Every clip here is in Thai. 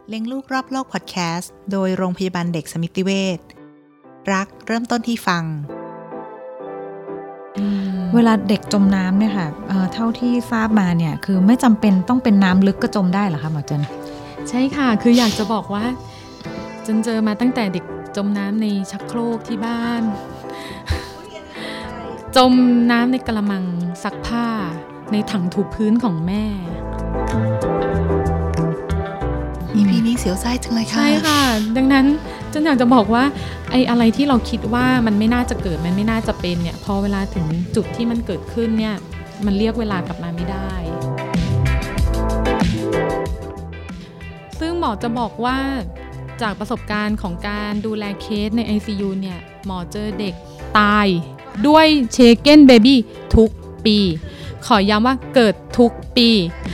เลี้ยงลูกรอบโลกพอดแคสต์โดยโรงพยาบาลเด็กสมิติเวชรักเริ่มต้นที่ฟังเวลาเด็กจมน้ำเนี่ยค่ะเท่าที่ทราบมาเนี่ยคือไม่จำเป็นต้องเป็นน้ำลึกก็จมได้เหรอคะหมอเจนใช่ค่ะคืออยากจะบอกว่าเจนเจอมาตั้งแต่เด็กจมน้ำในชักโครกที่บ้านจมน้ำในกระมังซักผ้าในถังถูพื้นของแม่ EP นี้เสียวไส้จังเลยค่ะใช่ค่ะดังนั้นเจนอยากจะบอกว่าอะไรที่เราคิดว่ามันไม่น่าจะเกิดมันไม่น่าจะเป็นเนี่ยพอเวลาถึงจุดที่มันเกิดขึ้นเนี่ยมันเรียกเวลากลับมาไม่ได้ซึ่งหมอจะบอกว่าจากประสบการณ์ของการดูแลเคสใน ICU เนี่ยหมอเจอเด็กตายด้วยเชคเก้นเบบี้ทุกปีขอย้ำว่าเกิดทุกปี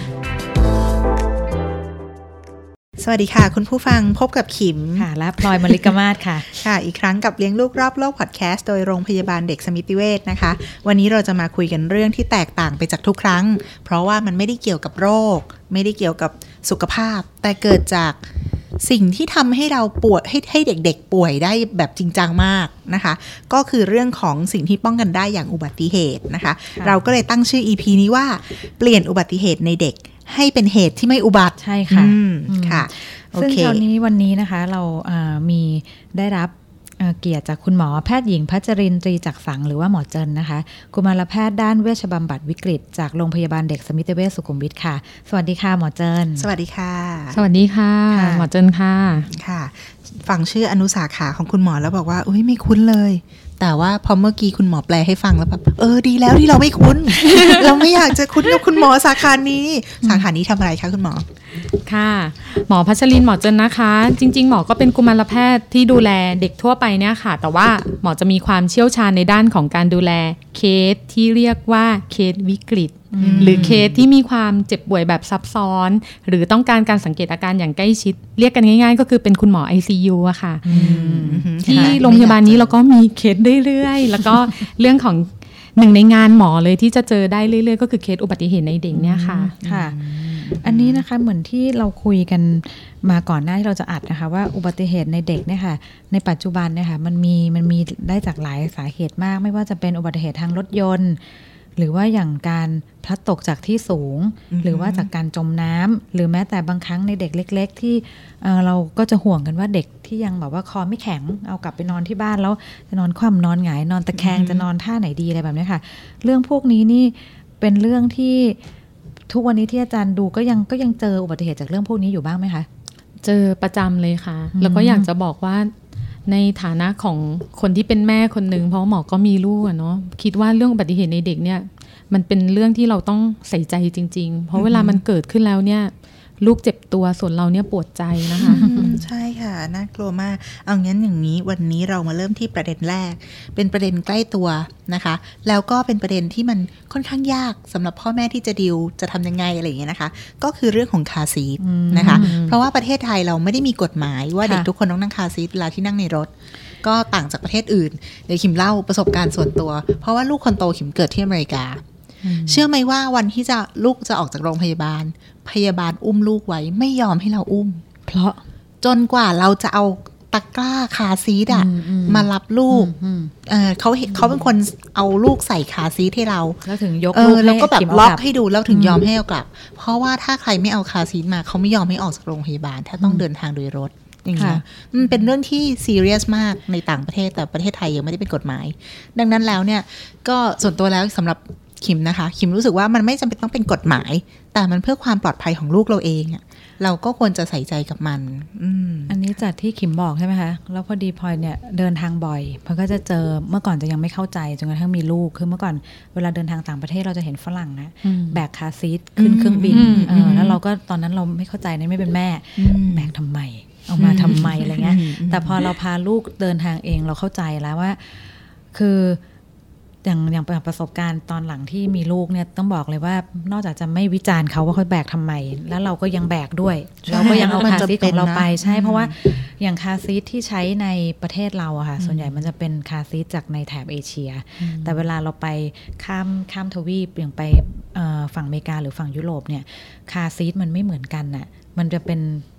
สวัสดีค่ะคุณผู้ฟังพบกับขิมค่ะและพลอยมลิกมาศค่ะค่ะอีกครั้งกับเลี้ยงลูกรอบโลกพอดแคสต์โดยโรงพยาบาลเด็กสมิติเวชนะคะวันนี้เราจะมาคุยกันเรื่องที่แตกต่างไปจากทุกครั้งเพราะว่ามันไม่ได้เกี่ยวกับโรคไม่ได้เกี่ยวกับสุขภาพแต่เกิดจากสิ่งที่ทำให้เราป่วยให้เด็กๆป่วยได้แบบจริงจังมากนะคะก็คือเรื่องของสิ่งที่ป้องกันได้อย่างอุบัติเหตุนะคะเราก็เลยตั้งชื่อ EP นี้ว่าเปลี่ยนอุบัติเหตุในเด็กให้เป็นเหตุที่ไม่อุบัติใช่ค่ะค่ะซึ่งคราวนี้วันนี้นะคะเรามีได้รับเกียรติจากคุณหมอแพทย์หญิงพัชรินทร์ตรีจักษังหรือว่าหมอเจนนะคะกุมารแพทย์ด้านเวชบำบัดวิกฤตจากโรงพยาบาลเด็กสมิติเวชสุขุมวิทค่ะสวัสดีค่ะหมอเจนสวัสดีค่ะสวัสดีค่ะหมอเจนค่ะค่ะฟังชื่ออนุสาขาของคุณหมอแล้วบอกว่าอุ๊ยไม่คุ้นเลยแต่ว่าพอเมื่อกี้คุณหมอแปลให้ฟังแล้วแบบดีแล้วที่เราไม่คุ้น เราไม่อยากจะคุ้นกับคุณหมอสาขานี้สาขานี้ทำอะไรคะคุณหมอค่ะหมอพัชรินทร์หมอเจนนะคะจริงๆหมอก็เป็นกุมารแพทย์ที่ดูแลเด็กทั่วไปเนี่ยค่ะแต่ว่าหมอจะมีความเชี่ยวชาญในด้านของการดูแลเคสที่เรียกว่าเคสวิกฤตหรือเคสที่มีความเจ็บป่วยแบบซับซ้อนหรือต้องการการสังเกตอาการอย่างใกล้ชิดเรียกกันง่ายๆก็คือเป็นคุณหมอ ICU อะค่ะที่โรงพยาบาลนี้เราก็มีเคสเรื่อยๆแล้วก็เรื่องของหนึ่งในงานหมอเลยที่จะเจอได้เรื่อยๆก็คือเคสอุบัติเหตุในเด็กเนี่ยค่ะค่ะอันนี้นะคะเหมือนที่เราคุยกันมาก่อนหน้าที่เราจะอัดนะคะว่าอุบัติเหตุในเด็กเนี่ยค่ะในปัจจุบันเนี่ยค่ะมันมีได้จากหลายสาเหตุมากไม่ว่าจะเป็นอุบัติเหตุทางรถยนต์หรือว่าอย่างการพลัดตกจากที่สูงหรือว่าจากการจมน้ำหรือแม้แต่บางครั้งในเด็กเล็กๆที่เราก็จะห่วงกันว่าเด็กที่ยังแบบว่าคอไม่แข็งเอากลับไปนอนที่บ้านแล้วจะนอนคว่ำนอนหงายนอนตะแคงจะนอนท่าไหนดีอะไรแบบนี้ค่ะเรื่องพวกนี้นี่เป็นเรื่องที่ทุกวันนี้ที่อาจารย์ดูก็ยังเจออุบัติเหตุจากเรื่องพวกนี้อยู่บ้างไหมคะเจอประจำเลยค่ะแล้วก็อยากจะบอกว่าในฐานะของคนที่เป็นแม่คนหนึ่งเพราะหมอก็มีลูกอะเนาะคิดว่าเรื่องอุบัติเหตุในเด็กเนี่ยมันเป็นเรื่องที่เราต้องใส่ใจจริงๆเพราะเวลามันเกิดขึ้นแล้วเนี่ยลูกเจ็บตัวส่วนเราเนี่ยปวดใจนะคะใช่ค่ะน่ากลัวมากเอางั้นอย่างนี้วันนี้เรามาเริ่มที่ประเด็นแรกเป็นประเด็นใกล้ตัวนะคะแล้วก็เป็นประเด็นที่มันค่อนข้างยากสำหรับพ่อแม่ที่จะดีลจะทำยังไงอะไรอย่างเงี้ยนะคะก็คือเรื่องของคาร์ซีทนะคะเพราะว่าประเทศไทยเราไม่ได้มีกฎหมายว่าเด็กทุกคนต้องนั่งคาร์ซีทเวลาที่นั่งในรถก็ต่างจากประเทศอื่นเดี๋ยวขิมเล่าประสบการณ์ส่วนตัวเพราะว่าลูกคนโตขิมเกิดที่อเมริกาเชื่อไหมว่าวันที่ลูกจะออกจากโรงพยาบาลอุ้มลูกไว้ไม่ยอมให้เราอุ้มเพราะจนกว่าเราจะเอาตะกร้าคาร์ซีทมารับลูกเขาเป็นคนเอาลูกใส่คาร์ซีทให้เราแล้วถึงยกลูกแล้วก็แบบล็อกให้ดูแล้วถึงยอมให้เอากลับเพราะว่าถ้าใครไม่เอาคาร์ซีทมาเขาไม่ยอมให้ออกจากโรงพยาบาลถ้าต้องเดินทางโดยรถอย่างเงี้ยมันเป็นเรื่องที่ซีเรียสมากในต่างประเทศแต่ประเทศไทยยังไม่ได้เป็นกฎหมายดังนั้นแล้วเนี่ยก็ส่วนตัวแล้วสำหรับขิมนะคะขิมรู้สึกว่ามันไม่จำเป็นต้องเป็นกฎหมายแต่มันเพื่อความปลอดภัยของลูกเราเองเราก็ควรจะใส่ใจกับมันอันนี้จากที่ขิมบอกใช่ไหมคะแล้วพอดีพลอยเนี่ยเดินทางบ่อยเพราะก็จะเจอเมื่อก่อนจะยังไม่เข้าใจจนกระทั่งมีลูกคือเมื่อก่อนเวลาเดินทางต่างประเทศเราจะเห็นฝรั่งนะแบกคาร์ซีทขึ้นเครื่องบินแล้วเราก็ตอนนั้นเราไม่เข้าใจนะไม่เป็นแม่แบกทำไมเอามาทำไมอะไรเงี้ยแต่พอเราพาลูกเดินทางเองเราเข้าใจแล้วว่าคืออย่างประสบการณ์ตอนหลังที่มีลูกเนี่ยต้องบอกเลยว่านอกจากจะไม่วิจารณ์เขาว่าเขาแบกทำไมแล้วเราก็ยังแบกด้วยเราก็ยังเอาคาร์ซีทของเราไปใช่เพราะว่าอย่างคาร์ซีทที่ใช้ในประเทศเราอะค่ะส่วนใหญ่มันจะเป็นคาร์ซีทจากในแถบเอเชียแต่เวลาเราไปข้ามทวีปอย่างไปฝั่งอเมริกาหรือฝั่งยุโรปเนี่ยคาร์ซีทมันไม่เหมือนกันน่ะมันจะเป็น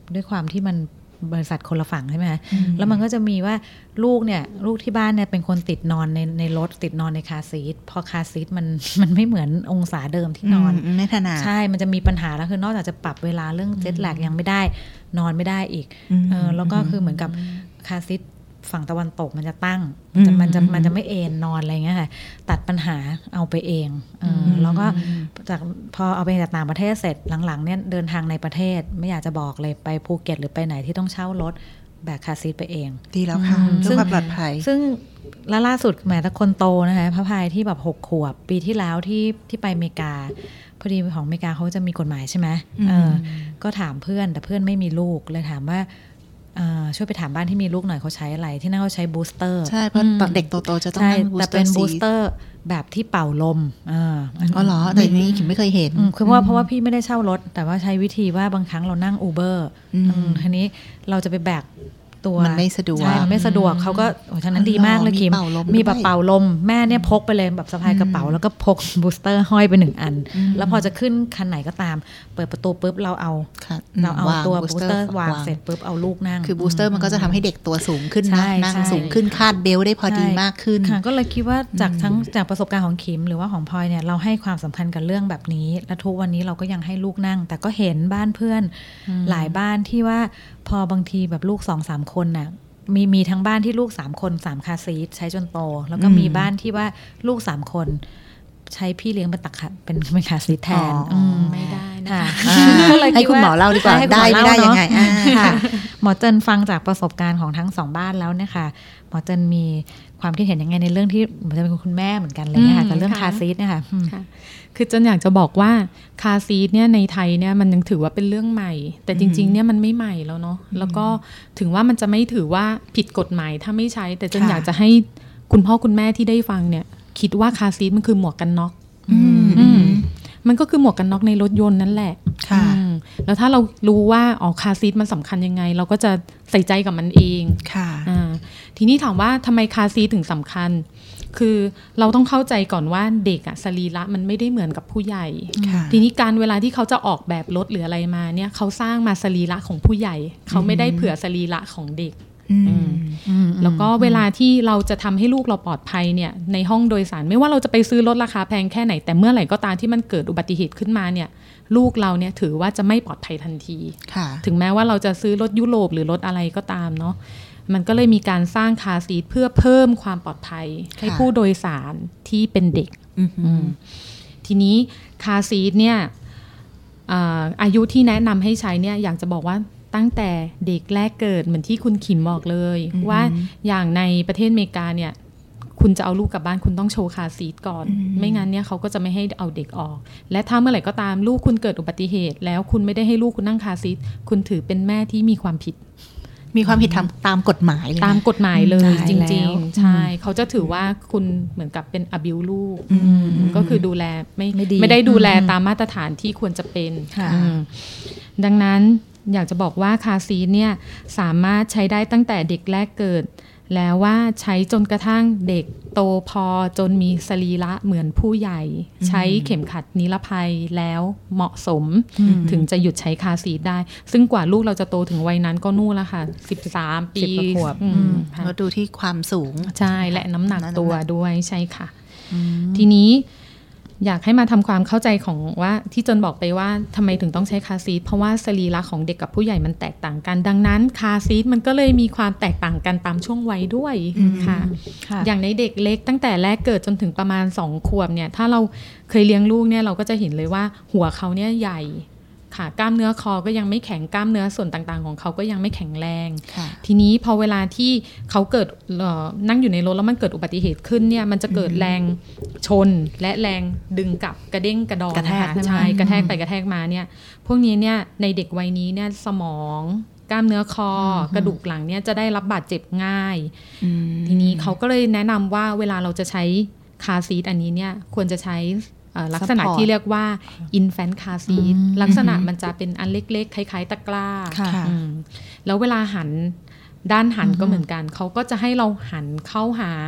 ด้วยความที่มันบริษัทคนละฝั่งใช่ไหมคะแล้วมันก็จะมีว่าลูกที่บ้านเนี่ยเป็นคนติดนอนในรถติดนอนในคาร์ซีทพอคาร์ซีทมันไม่เหมือนองศาเดิมที่นอนไม่ถนัดใช่มันจะมีปัญหาแล้วคือนอกจากจะปรับเวลาเรื่องเจ็ตแลกยังไม่ได้นอนไม่ได้อีกแล้วก็คือเหมือนกับคาร์ซีทฝั่งตะวันตกมันจะตั้งมันจะไม่เอนนอนอะไรเงี้ยค่ะตัดปัญหาเอาไปเองแล้วก็จากพอเอาไปจากต่างประเทศเสร็จหลังๆเนี่ยเดินทางในประเทศไม่อยากจะบอกเลยไปภูเก็ตหรือไปไหนที่ต้องเช่ารถแบกคาร์ซีทไปเองดีแล้วค่ะเพื่อความปลอดภัยซึ่งล่าสุดแม้แต่คนโตนะคะพระพายที่แบบ6 ขวบปีที่แล้วที่ไปอเมริกาพอดีของอเมริกาเขาจะมีกฎหมายใช่ไหมก็ถามเพื่อนแต่เพื่อนไม่มีลูกเลยถามว่าช่วยไปถามบ้านที่มีลูกหน่อยเขาใช้อะไรที่นั่นเขาใช้บูสเตอร์ใช่เพราะตอนเด็กโตๆจะต้องนั่งบูสเตอร์แต่เป็นบูสเตอร์แบบที่เป่าลมอ๋อเหรอแต่นี้ขิมไม่เคยเห็นคือเพราะว่าพี่ไม่ได้เช่ารถแต่ว่าใช้วิธีว่าบางครั้งเรานั่งอูเบอร์ทีนี้เราจะไปแบกมันไม่สะดวกใช่มันไม่สะดวกเขาก็โอ้ฉะนั้นดีมากเลยคิมมีแบบเป่าลมแม่เนี่ยพกไปเลยแบบสะพายกระเป๋าแล้วก็พกบูสเตอร์ห้อยไป1 อันแล้วพอจะขึ้นคันไหนก็ตามเปิดประตูปุ๊บเราเอาตัวบูสเตอร์วางเสร็จปุ๊บเอาลูกนั่งคือบูสเตอร์มันก็จะทำให้เด็กตัวสูงขึ้นนั่งสูงขึ้นคาดเบลได้พอดีมากขึ้นก็เลยคิดว่าจากประสบการณ์ของคิมหรือว่าของพลอยเนี่ยเราให้ความสำคัญกับเรื่องแบบนี้และทุกวันนี้เราก็ยังให้ลูกนั่งแต่ก็เห็นบ้านเพื่อนหลายบ้านที่ว่าพอบางทีแบบลูก 2-3 คนน่ะมีทั้งบ้านที่ลูก3 คน3 คาร์ซีทใช้จนโตแล้วก็มีบ้านที่ว่าลูก3 คนใช้พี่เลี้ยงเป็นตักเป็นคาร์ซีทแทนไม่ได้นะคะให้คุณหมอเล่าดีกว่าได้ไม่ได้ยังไงหมอเจินฟังจากประสบการณ์ของทั้ง2 บ้านแล้วเนี่ยค่ะหมอเจินมีความคิดเห็นยังไงในเรื่องที่หมอเจินเป็นคุณแม่เหมือนกันเลยนะคะกับเรื่องคาร์ซีทเนี่ยค่ะคือเจินอยากจะบอกว่าคาร์ซีทเนี่ยในไทยเนี่ยมันยังถือว่าเป็นเรื่องใหม่แต่จริงๆเนี่ยมันไม่ใหม่แล้วเนาะแล้วก็ถึงว่ามันจะไม่ถือว่าผิดกฎหมายถ้าไม่ใช้แต่เจินอยากจะให้คุณพ่อคุณแม่ที่ได้ฟังเนี่ยคิดว่าคาร์ซีทมันคือหมวกกันน็อกมันก็คือหมวกกันน็อกในรถยนต์นั่นแหละแล้วถ้าเรารู้ว่าคาร์ซีทมันสำคัญยังไงเราก็จะใส่ใจกับมันเองทีนี้ถามว่าทำไมคาร์ซีทถึงสำคัญคือเราต้องเข้าใจก่อนว่าเด็กสรีระมันไม่ได้เหมือนกับผู้ใหญ่ทีนี้การเวลาที่เขาจะออกแบบรถหรืออะไรมาเนี่ยเขาสร้างมาสรีระของผู้ใหญ่เขาไม่ได้เผื่อสรีระของเด็กแล้วก็เวลาที่เราจะทำให้ลูกเราปลอดภัยเนี่ยในห้องโดยสารไม่ว่าเราจะไปซื้อรถราคาแพงแค่ไหนแต่เมื่อไหร่ก็ตามที่มันเกิดอุบัติเหตุขึ้นมาเนี่ยลูกเราเนี่ยถือว่าจะไม่ปลอดภัยทันทีถึงแม้ว่าเราจะซื้อรถยุโรปหรือรถอะไรก็ตามเนาะมันก็เลยมีการสร้างคาร์ซีทเพื่อเพิ่มความปลอดภัยให้ผู้โดยสารที่เป็นเด็กทีนี้คาร์ซีทเนี่ยอายุที่แนะนำให้ใช้เนี่ยอยากจะบอกว่าตั้งแต่เด็กแรกเกิดเหมือนที่คุณขิมบอกเลยว่าอย่างในประเทศอเมริกาเนี่ยคุณจะเอาลูกกลับบ้านคุณต้องโชว์คาร์ซีทก่อนไม่งั้นเนี่ยเขาก็จะไม่ให้เอาเด็กออกและถ้าเมื่อไหร่ก็ตามลูกคุณเกิดอุบัติเหตุแล้วคุณไม่ได้ให้ลูกคุณนั่งคาร์ซีทคุณถือเป็นแม่ที่มีความผิดตามกฎหมายเลยตามกฎหมายเลยจริงๆใช่เขาจะถือว่าคุณเหมือนกับเป็นabuseลูกก็คือดูแลไม่ได้ดูแลตามมาตรฐานที่ควรจะเป็นดังนั้นอยากจะบอกว่าคาร์ซีทเนี่ยสามารถใช้ได้ตั้งแต่เด็กแรกเกิดแล้วว่าใช้จนกระทั่งเด็กโตพอจนมีสรีระเหมือนผู้ใหญ่ใช้เข็มขัดนิรภัยแล้วเหมาะสมถึงจะหยุดใช้คาร์ซีทได้ซึ่งกว่าลูกเราจะโตถึงวัยนั้นก็นู่นแล้วค่ะ13 ปีขวบก็ดูที่ความสูงใช่และน้ำหนักตัวด้วยใช่ค่ะทีนี้อยากให้มาทำความเข้าใจของว่าที่จนบอกไปว่าทำไมถึงต้องใช้คาร์ซีทเพราะว่าสรีระของเด็กกับผู้ใหญ่มันแตกต่างกันดังนั้นคาร์ซีทมันก็เลยมีความแตกต่างกันตามช่วงวัยด้วยค่ะอย่างในเด็กเล็กตั้งแต่แรกเกิดจนถึงประมาณ2 ขวบเนี่ยถ้าเราเคยเลี้ยงลูกเนี่ยเราก็จะเห็นเลยว่าหัวเขาเนี่ยใหญ่ค่ะกล้ามเนื้อคอก็ยังไม่แข็งกล้ามเนื้อส่วนต่างๆของเขาก็ยังไม่แข็งแรงทีนี้พอเวลาที่เขาเกิดนั่งอยู่ในรถแล้วมันเกิดอุบัติเหตุขึ้นเนี่ยมันจะเกิดแรงชนและแรงดึงกลับกระเด้งกระดอนนะคะใช่กระแทกไปกระแทกมาเนี่ยพวกนี้เนี่ยในเด็กวัยนี้เนี่ยสมองกล้ามเนื้อคอกระดูกหลังเนี่ยจะได้รับบาดเจ็บง่ายทีนี้เขาก็เลยแนะนำว่าเวลาเราจะใช้คาร์ซีทอันนี้เนี่ยควรจะใช้ลักษณะที่เรียกว่า infant car seat ลักษณะมันจะเป็นอันเล็กๆคล้ายๆตะกร้าแล้วเวลาหันด้านหันก็เหมือนกันเขาก็จะให้เราหันเข้าหา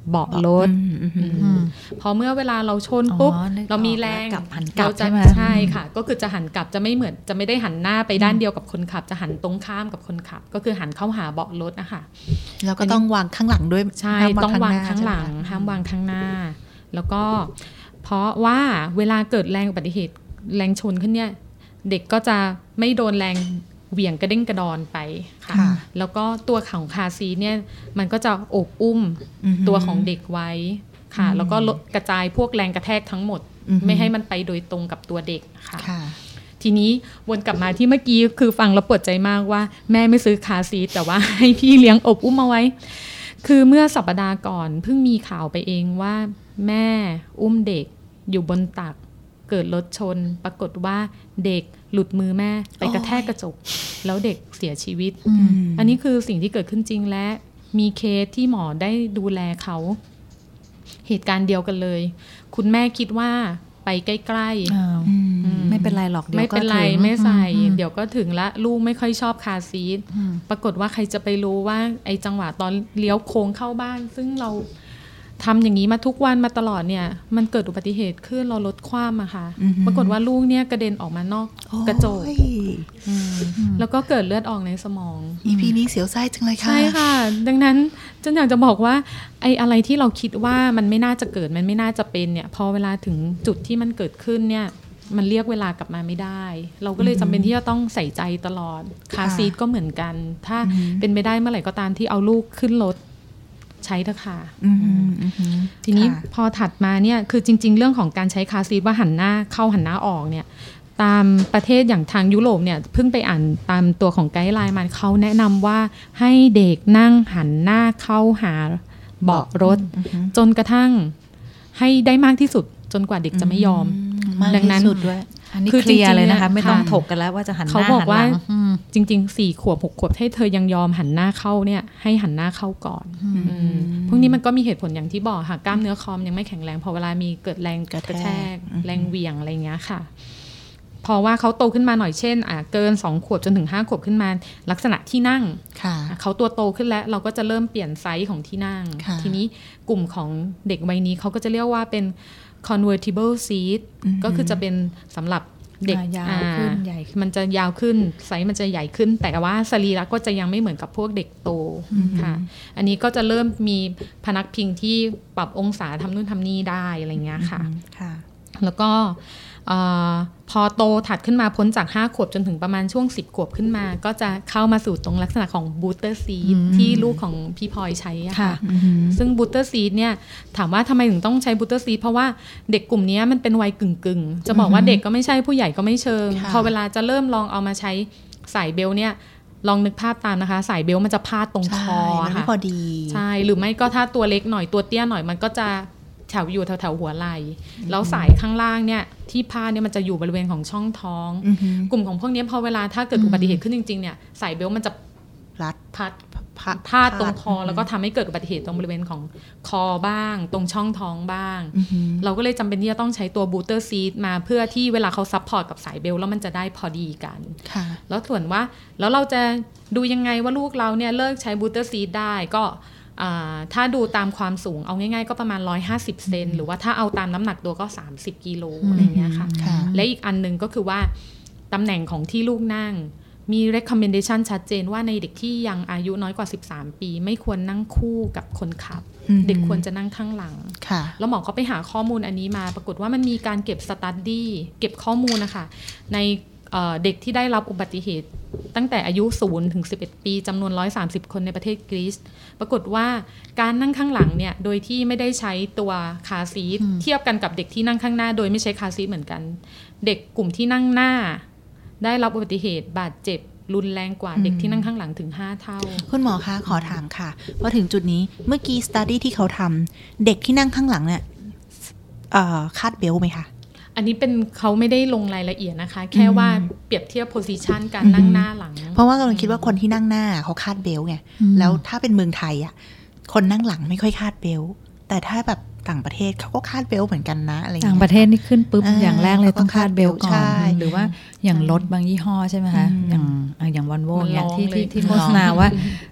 เบาะรถพอเมื่อเวลาเราชนปุ๊บเรามีแรงเราจะใช่ค่ะก็คือจะหันกลับจะไม่เหมือนจะไม่ได้หันหน้าไปด้านเดียวกับคนขับจะหันตรงข้ามกับคนขับก็คือหันเข้าหาเบาะรถนะคะแล้วก็ต้องวางข้างหลังด้วยใช่ต้องวางข้างหลังห้ามวางข้างหน้าแล้วก็เพราะว่าเวลาเกิดแรงอุบัติเหตุแรงชนขึ้นเนี่ยเด็กก็จะไม่โดนแรงเหวี่ยงกระเด้งกระดอนไปค่ะแล้วก็ตัวของคาร์ซีทเนี่ยมันก็จะโอบอุ้มตัวของเด็กไว้ค่ะแล้วก็กระจายพวกแรงกระแทกทั้งหมดไม่ให้มันไปโดยตรงกับตัวเด็กค่ะทีนี้วนกลับมาที่เมื่อกี้คือฟังแล้วปวดใจมากว่าแม่ไม่ซื้อคาร์ซีทแต่ว่าให้พี่เลี้ยงอบอุ้มเอาไว้คือเมื่อสัปดาห์ก่อนเพิ่งมีข่าวไปเองว่าแม่อุ้มเด็กอยู่บนตักเกิดรถชนปรากฏว่าเด็กหลุดมือแม่ไปกระแทกกระจกแล้วเด็กเสียชีวิตอันนี้คือสิ่งที่เกิดขึ้นจริงและมีเคสที่หมอได้ดูแลเขาเหตุการณ์เดียวกันเลยคุณแม่คิดว่าไปใกล้ๆไม่เป็นไรหรอกไม่เป็นไรไม่ใส่เดี๋ยวก็ถึงละลูกไม่ค่อยชอบคาร์ซีทปรากฏว่าใครจะไปรู้ว่าไอ้จังหวะตอนเลี้ยวโค้งเข้าบ้านซึ่งเราทำอย่างนี้มาทุกวันมาตลอดเนี่ยมันเกิดอุบัติเหตุขึ้นเราลดความอะค่ะปรากฏว่าลูกเนี่ยกระเด็นออกมานอกกระจกแล้วก็เกิดเลือดออกในสมอง EP นี้เสียวไส้จังเลยค่ะใช่ค่ะดังนั้นฉันอยากจะบอกว่าไอ้อะไรที่เราคิดว่ามันไม่น่าจะเกิดมันไม่น่าจะเป็นเนี่ยพอเวลาถึงจุดที่มันเกิดขึ้นเนี่ยมันเรียกเวลากลับมาไม่ได้เราก็เลยจำเป็นที่จะต้องใส่ใจตลอดคาร์ซีทก็เหมือนกันถ้าเป็นไปได้เมื่อไหร่ก็ตามที่เอาลูกขึ้นรถใช้เถอะค่ะทีนี้พอถัดมาเนี่ยคือจริงๆเรื่องของการใช้คาร์ซีทว่าหันหน้าเข้าหันหน้าออกเนี่ยตามประเทศอย่างทางยุโรปเนี่ยเพิ่งไปอ่านตามตัวของไกด์ไลน์มันเขาแนะนำว่าให้เด็กนั่งหันหน้าเข้าหาเบาะรถจนกระทั่งให้ได้มากที่สุดจนกว่าเด็กจะไม่ยอมดังนั้นอันนี้เคลียร์เลยนะคะไม่ต้องถกกันแล้วว่าจะหันหน้าเขาบอกว่าจริงๆ4 ขวบ 6 ขวบให้เธอยังยอมหันหน้าเข้าเนี่ยให้หันหน้าเข้าก่อนพวกนี้มันก็มีเหตุผลอย่างที่บอกค่ะกล้ามเนื้อคอมยังไม่แข็งแรงพอเวลามีเกิดแรงกระแทกแรงเหวี่ยงอะไรเงี้ยค่ะพอว่าเขาโตขึ้นมาหน่อยเช่นเกิน2 ขวบจนถึง5 ขวบขึ้นมาลักษณะที่นั่งเขาตัวโตขึ้นแล้วเราก็จะเริ่มเปลี่ยนไซส์ของที่นั่งทีนี้กลุ่มของเด็กวัยนี้เขาก็จะเรียกว่าเป็น convertible seat ก็คือจะเป็นสำหรับเด็กยาวขึ้นใหญ่มันจะยาวขึ้นไซส์มันจะใหญ่ขึ้นแต่ว่าสรีระก็จะยังไม่เหมือนกับพวกเด็กโตค่ะอันนี้ก็จะเริ่มมีพนักพิงที่ปรับองศาทำนู่นทำนี่ได้อะไรเงี้ยค่ะแล้วก็พอโตถัดขึ้นมาพ้นจาก5 ขวบจนถึงประมาณช่วง10 ขวบขึ้นมาก็จะเข้ามาสู่ตรงลักษณะของบูสเตอร์ซีทที่ลูกของพี่พลอยใช้ค่ะซึ่งบูสเตอร์ซีทเนี่ยถามว่าทำไมถึงต้องใช้บูสเตอร์ซีทเพราะว่าเด็กกลุ่มนี้มันเป็นวัยกึ่งจะบอกว่าเด็กก็ไม่ใช่ผู้ใหญ่ก็ไม่เชิงพอเวลาจะเริ่มลองเอามาใช้สายเบลเนี่ยลองนึกภาพตามนะคะสายเบลมันจะพาดตรงคอค่ะพอดีใช่หรือไม่ก็ถ้าตัวเล็กหน่อยตัวเตี้ยหน่อยมันก็จะแถวอยู่แถวหัวไหล่แล้วสายข้างล่างเนี่ยที่พาดเนี่ยมันจะอยู่บริเวณของช่องท้องกลุ่มของพวกนี้พอเวลาถ้าเกิดอุบัติเหตุขึ้นจริงๆเนี่ยสายเบลมันจะพาดตรงคอแล้วก็ทำให้เกิดอุบัติเหตุตรงบริเวณของคอบ้างตรงช่องท้องบ้างเราก็เลยจำเป็นที่จะต้องใช้ตัวบูสเตอร์ซีทมาเพื่อที่เวลาเขาซัพพอร์ตกับสายเบลแล้วมันจะได้พอดีกันแล้วส่วนว่าแล้วเราจะดูยังไงว่าลูกเราเนี่ยเลิกใช้บูสเตอร์ซีทได้ก็ถ้าดูตามความสูงเอาง่ายๆก็ประมาณ150 เซนหรือว่าถ้าเอาตามน้ำหนักตัวก็30 กิโลอะไรเงี้ยค่ะและอีกอันนึงก็คือว่าตำแหน่งของที่ลูกนั่งมี recommendation ชัดเจนว่าในเด็กที่ยังอายุน้อยกว่า13 ปีไม่ควรนั่งคู่กับคนขับเด็กควรจะนั่งข้างหลังแล้วหมอก็ไปหาข้อมูลอันนี้มาปรากฏว่ามันมีการเก็บ study เก็บข้อมูลนะคะในเด็กที่ได้รับอุบัติเหตุตั้งแต่อายุ0 ถึง 11 ปีจำนวน130 คนในประเทศกรีซปรากฏว่าการนั่งข้างหลังเนี่ยโดยที่ไม่ได้ใช้ตัวคาร์ซีทเทียบกันกับเด็กที่นั่งข้างหน้าโดยไม่ใช้คาร์ซีทเหมือนกันเด็กกลุ่มที่นั่งหน้าได้รับอุบัติเหตุบาดเจ็บรุนแรงกว่าเด็กที่นั่งข้างหลังถึง5 เท่าคุณหมอคะขอถามค่ะพอถึงจุดนี้เมื่อกี้ study ที่เขาทำเด็กที่นั่งข้างหลังเนี่ยคาดเบลต์ไหมคะอันนี้เป็นเขาไม่ได้ลงรายละเอียดนะคะแค่ว่าเปรียบเทียบโพสิชันการนั่งหน้าหลังเพราะว่ากำลังคิดว่าคนที่นั่งหน้าเขาคาดเบลต์ไงแล้วถ้าเป็นเมืองไทยอ่ะคนนั่งหลังไม่ค่อยคาดเบลต์แต่ถ้าแบบต่างประเทศเขาก็คาดเบลต์เหมือนกันนะอะไรอย่างเงี้ยต่างประเทศนี่ขึ้นปุ๊บอย่างแรกเลยต้องคาดเบลต์ก่อนใช่รือว่าอย่างรถบางยี่ห้อใช่ไหมคะอย่างวอลโว่เนี่ยที่โฆษณาว่า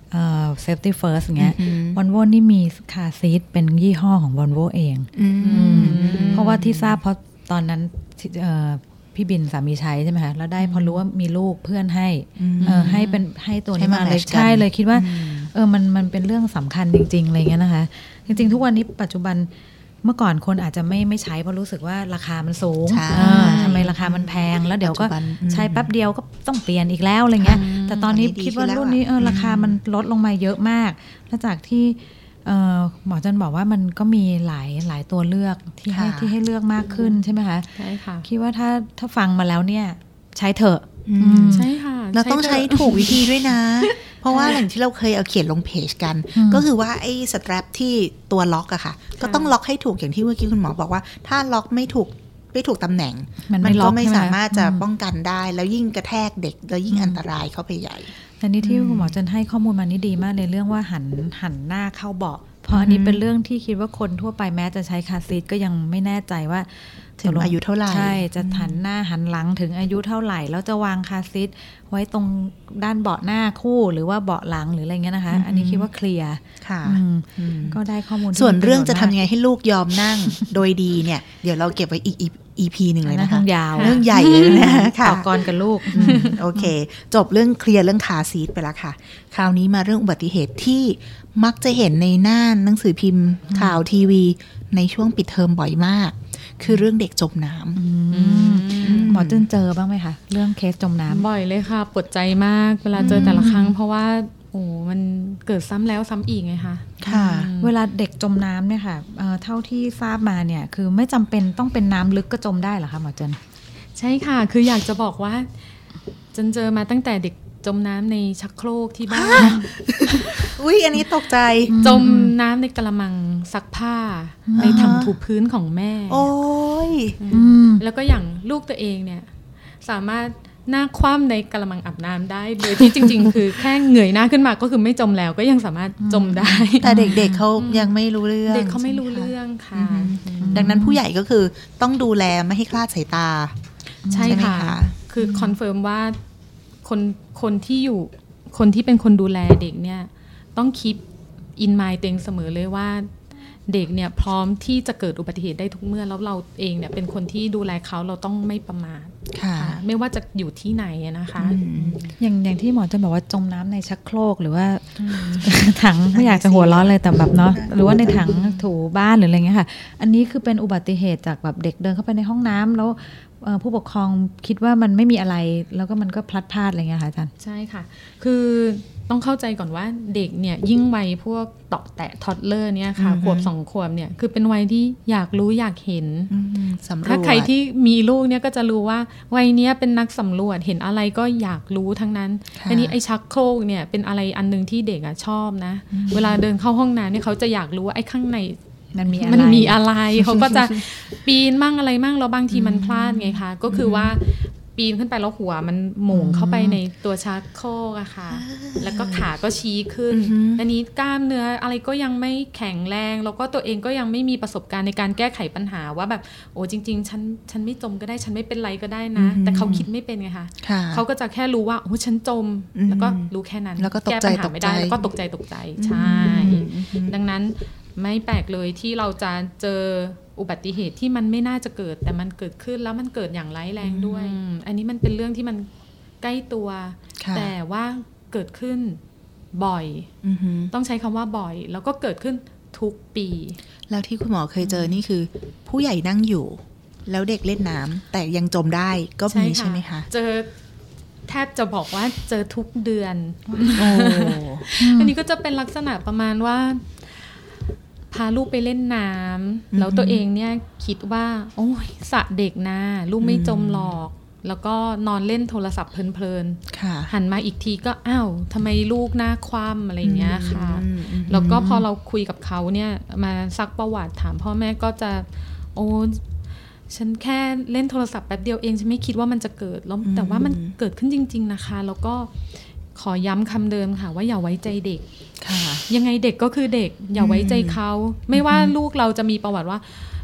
safety first อย่างเงี้ยวอลโว่นี่มีคาร์ซีทเป็นยี่ห้อของวอลโว่เองเพราะว่าที่ทราบเพราะตอนนั้นพี่บินสามีใช้ใช่ไหมคะแล้วได้พอรู้ว่ามีลูกเพื่อนให้ตัวนี้มาเลยใช่เลยคิดว่ามันเป็นเรื่องสำคัญจริงๆอะไรเงี้ยนะคะจริงๆทุกวันนี้ปัจจุบันเมื่อก่อนคนอาจจะไม่ใช้เพราะรู้สึกว่าราคามันสูงทำไมราคามันแพงแล้วเดี๋ยวก็ใช้แป๊บเดียวก็ต้องเปลี่ยนอีกแล้วอะไรเงี้ยแต่ตอนนี้คิดว่ารุ่นนี้ราคามันลดลงมาเยอะมากแล้วจากที่หมอจันบอกว่ามันก็มีหลายตัวเลือกที่ให้เลือกมากขึ้นใช่ไหมคะใช่ค่ะคิดว่าถ้าฟังมาแล้วเนี่ยใช้เถอะใช่ค่ะเราต้องใช้ถูกวิธีด้วยนะเพราะว่าอย่างที่เราเคยเอาเขียนลงเพจกันก็คือว่าไอ้สแตรปที่ตัวล็อกอะค่ะก็ต้องล็อกให้ถูกอย่างที่เมื่อกี้คุณหมอบอกว่าถ้าล็อกไม่ถูกตำแหน่งมันก็ไม่สามารถจะป้องกันได้แล้วยิ่งกระแทกเด็กแล้วยิ่งอันตรายเข้าไปใหญ่แต่นี่ที่คุณหมอจันให้ข้อมูลมานี่ดีมากในเรื่องว่าหันหน้าเข้าเบาะเพราะอันนี้เป็นเรื่องที่คิดว่าคนทั่วไปแม้จะใช้คาร์ซีทก็ยังไม่แน่ใจว่าถึงอายุเท่าไหร่ใช่จะหันหน้าหันหลังถึงอายุเท่าไหร่แล้วจะวางคาร์ซีทไว้ตรงด้านเบาะหน้าคู่หรือว่าเบาะหลังหรืออะไรเงี้ยนะคะอันนี้คิดว่าเคลียร์ก็ได้ข้อมูลส่วนเรื่องจะทำยังไงให้ลูกยอมนั่งโดยดีเนี่ยเดี๋ยวเราเก็บไว้อีก EP หนึ่งเลยนะคะเรื่องใหญ่เลยนะคะต่อกรกับลูกโอเคจบเรื่องเคลียร์เรื่องคาร์ซีทไปแล้วค่ะคราวนี้มาเรื่องอุบัติเหตุที่มักจะเห็นในหน้าหนังสือพิมพ์ข่าวทีวีในช่วงปิดเทอมบ่อยมากคือเรื่องเด็กจมน้ำหมอเจอบ้างไหมคะเรื่องเคสจมน้ำบ่อยเลยค่ะปวดใจมากเวลาเจอแต่ละครั้งเพราะว่ามันเกิดซ้ำแล้วซ้ำอีกไงคะค่ะเวลาเด็กจมน้ำเนี่ยค่ะเท่าที่ทราบมาเนี่ยคือไม่จำเป็นต้องเป็นน้ำลึกก็จมได้เหรอคะหมอเจนใช่ค่ะคืออยากจะบอกว่าเจอมาตั้งแต่เด็กจมน้ำในชักโครกที่บ้านอุ๊ยอันนี้ตกใจจมน้ำในกระมังซักผ้าในถังถูพื้นของแม่โอ้ยแล้วก็อย่างลูกตัวเองเนี่ยสามารถหน้าคว่ำในกระมังอาบน้ำได้โดยที่จริงๆคือแค่เงยหน้าขึ้นมาก็คือไม่จมแล้วก็ยังสามารถจมได้แต่เด็กๆเขายังไม่รู้เรื่องเด็กเขาไม่รู้เรื่องค่ะดังนั้นผู้ใหญ่ก็คือต้องดูแลไม่ให้คลาดสายตาใช่ค่ะคือคอนเฟิร์มว่าคนที่เป็นคนดูแลเด็กเนี่ยต้องคีปอินมายด์ตัวเองเสมอเลยว่าเด็กเนี่ยพร้อมที่จะเกิดอุบัติเหตุได้ทุกเมื่อแล้วเราเองเนี่ยเป็นคนที่ดูแลเขาเราต้องไม่ประมาทไม่ว่าจะอยู่ที่ไหนนะคะอย่างที่หมอจะบอกว่าจมน้ำในชักโครกหรือว่าถังไม่อยากจะหัวร้อนเลยแต่แบบเนาะหรือว่าในถังถูบ้านหรืออะไรเงี้ยค่ะอันนี้คือเป็นอุบัติเหตุจากแบบเด็กเดินเข้าไปในห้องน้ำแล้วผู้ปกครองคิดว่ามันไม่มีอะไรแล้วก็มันก็พลัดพรากอะไรเงี้ยค่ะอาจารย์ใช่ค่ะคือต้องเข้าใจก่อนว่าเด็กเนี่ยยิ่งวัยพวกเตาะแตะทอดเลอร์เนี่ยค่ะขวบ2 ขวบเนี่ยคือเป็นวัยที่อยากรู้อยากเห็นถ้าใครที่มีลูกเนี่ยก็จะรู้ว่าวัยเนี้ยเป็นนักสำรวจเห็นอะไรก็อยากรู้ทั้งนั้นอันนี้ไอ้ชักโครกเนี่ยเป็นอะไรอันนึงที่เด็กชอบนะเวลาเดินเข้าห้องน้ำเนี่ยเขาจะอยากรู้ว่าไอ้ข้างในมันมีอะไรเขาก็จะปีนมั่งอะไรมั่งแล้วบางทีมันพลาดไงคะก็คือว่าปีนขึ้นไปแล้วหัวมันหม่งเข้าไปในตัวชักโครกอะค่ะแล้วก็ขาก็ชี้ขึ้นอันนี้กล้ามเนื้ออะไรก็ยังไม่แข็งแรงแล้วก็ตัวเองก็ยังไม่มีประสบการณ์ในการแก้ไขปัญหาว่าแบบโอ้จริงๆฉันไม่จมก็ได้ฉันไม่เป็นไรก็ได้นะแต่เขาคิดไม่เป็นไงคะเขาก็จะแค่รู้ว่าโอ้ฉันจมแล้วก็รู้แค่นั้นแก้ปัญหาไม่ได้แล้วก็ตกใจใช่ดังนั้นไม่แปลกเลยที่เราจะเจออุบัติเหตุที่มันไม่น่าจะเกิดแต่มันเกิดขึ้นแล้วมันเกิดอย่างร้ายแรงด้วยอันนี้มันเป็นเรื่องที่มันใกล้ตัวแต่ว่าเกิดขึ้นบ่อยต้องใช้คำว่าบ่อยแล้วก็เกิดขึ้นทุกปีแล้วที่คุณหมอเคยเจอนี่คือผู้ใหญ่นั่งอยู่แล้วเด็กเล่นน้ำแต่ยังจมได้ก็มีใช่ไหมคะเจอแทบจะบอกว่าเจอทุกเดือนอันนี้ก็จะเป็นลักษณะประมาณว่าพาลูกไปเล่นน้ำแล้วตัวเองเนี่ยคิดว่าโอ้ยสระเด็กนะลูกไม่จมหรอกแล้วก็นอนเล่นโทรศัพท์เพลินๆหันมาอีกทีก็อ้าวทำไมลูกหน้าคว่ำอะไรเงี้ยค่ะแล้วก็พอเราคุยกับเขาเนี่ยมาซักประวัติถามพ่อแม่ก็จะโอ้ฉันแค่เล่นโทรศัพท์แป๊บเดียวเองฉันไม่คิดว่ามันจะเกิดแล้วแต่ว่ามันเกิดขึ้นจริงๆนะคะแล้วก็ขอย้ำคำเดิมค่ะว่าอย่าไว้ใจเด็กยังไงเด็กก็คือเด็กอย่าไว้ใจเขาไม่ว่าลูกเราจะมีประวัติว่า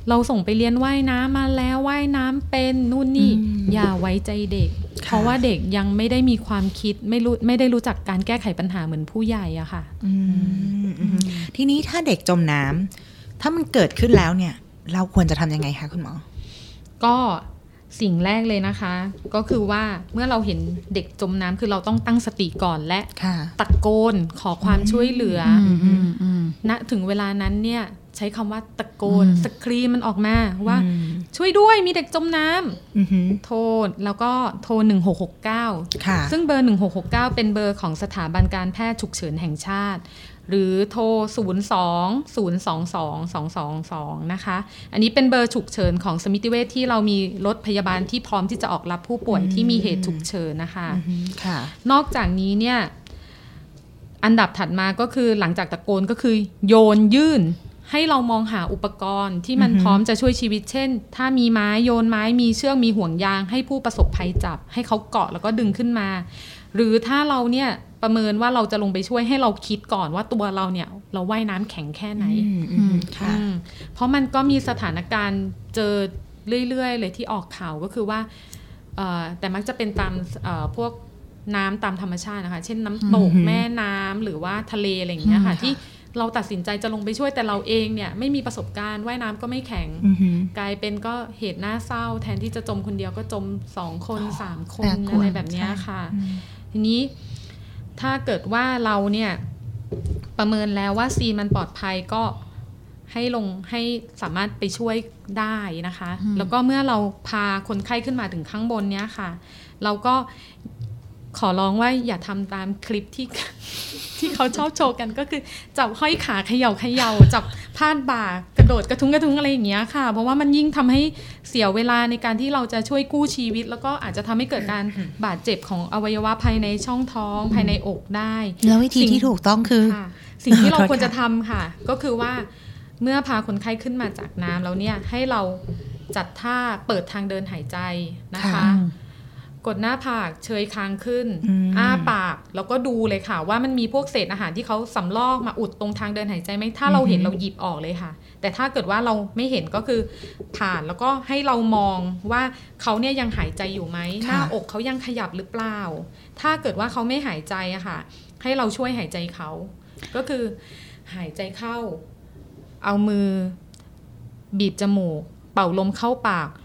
เราส่งไปเรียนว่ายน้ำมาแล้วว่ายน้ำเป็นนู่นนี่อย่าไว้ใจเด็กเพราะว่าเด็กยังไม่ได้มีความคิดไม่ได้รู้จักการแก้ไขปัญหาเหมือนผู้ใหญ่อะค่ะทีนี้ถ้าเด็กจมน้ำถ้ามันเกิดขึ้นแล้วเนี่ยเราควรจะทำยังไงคะคุณหมอก็สิ่งแรกเลยนะคะก็คือว่าเมื่อเราเห็นเด็กจมน้ำคือเราต้องตั้งสติก่อนและตะโกนขอความช่วยเหลือณถึงเวลานั้นเนี่ยใช้คำว่าตะโกนสกรีมมันออกมาว่าช่วยด้วยมีเด็กจมน้ำโทรแล้วก็โทร1669ซึ่งเบอร์1669เป็นเบอร์ของสถาบันการแพทย์ฉุกเฉินแห่งชาติหรือโทร02-022-222นะคะอันนี้เป็นเบอร์ฉุกเฉินของสมิติเวชที่เรามีรถพยาบาลที่พร้อมที่จะออกรับผู้ป่วยที่มีเหตุฉุกเฉินนะคะนอกจากนี้เนี่ยอันดับถัดมาก็คือหลังจากตะโกนก็คือโยนยื่นให้เรามองหาอุปกรณ์ที่มันพร้อมจะช่วยชีวิตเช่นถ้ามีไม้โยนไม้มีเชือกมีห่วงยางให้ผู้ประสบภัยจับให้เขาเกาะแล้วก็ดึงขึ้นมาหรือถ้าเราเนี่ยประเมินว่าเราจะลงไปช่วยให้เราคิดก่อนว่าตัวเราเนี่ยเราว่ายน้ำแข็งแค่ไหนเพราะมันก็มีสถานการณ์เจอเรื่อยๆเลยที่ออกข่าวก็คือว่าแต่มักจะเป็นตามพวกน้ำตามธรรมชาตินะคะเช่นน้ำตกแม่น้ำหรือว่าทะเลอะไรอย่างเงี้ยค่ะที่เราตัดสินใจจะลงไปช่วยแต่เราเองเนี่ยไม่มีประสบการณ์ว่ายน้ำก็ไม่แข็งกลายเป็นก็เหตุน่าเศร้าแทนที่จะจมคนเดียวก็จม2คน3คนอะไรแบบนี้ค่ะทีนี้ถ้าเกิดว่าเราเนี่ยประเมินแล้วว่าซีมันปลอดภัยก็ให้สามารถไปช่วยได้นะคะแล้วก็เมื่อเราพาคนไข้ขึ้นมาถึงข้างบนเนี้ยค่ะเราก็ขอร้องว่าอย่าทำตามคลิปที่เขาชอบโชว์กันก็คือจับห้อยขาเขย่าจับพาดบ่ากระโดดกระทุ้งอะไรอย่างเงี้ยค่ะเพราะว่ามันยิ่งทำให้เสียเวลาในการที่เราจะช่วยกู้ชีวิตแล้วก็อาจจะทำให้เกิดการบาดเจ็บของอวัยวะภายในช่องท้องภายในอกได้แล้ววิธีที่ถูกต้องคือสิ่งที่เราควรจะทำค่ะก็คือว่าเมื่อพาคนไข้ขึ้นมาจากน้ำแล้วเนี่ยให้เราจัดท่าเปิดทางเดินหายใจนะคะกดหน้าผากเชยคางขึ้นอ้าปากแล้วก็ดูเลยค่ะว่ามันมีพวกเศษอาหารที่เขาสำลอกมาอุดตรงทางเดินหายใจไหมถ้าเราเห็นเราหยิบออกเลยค่ะแต่ถ้าเกิดว่าเราไม่เห็นก็คือผ่านแล้วก็ให้เรามองว่าเขาเนี่ยยังหายใจอยู่ไหมหน้าอกเขายังขยับหรือเปล่าถ้าเกิดว่าเขาไม่หายใจอะค่ะให้เราช่วยหายใจเขาก็คือหายใจเข้าเอามือบีบจมูกเป่าลมเข้าปาก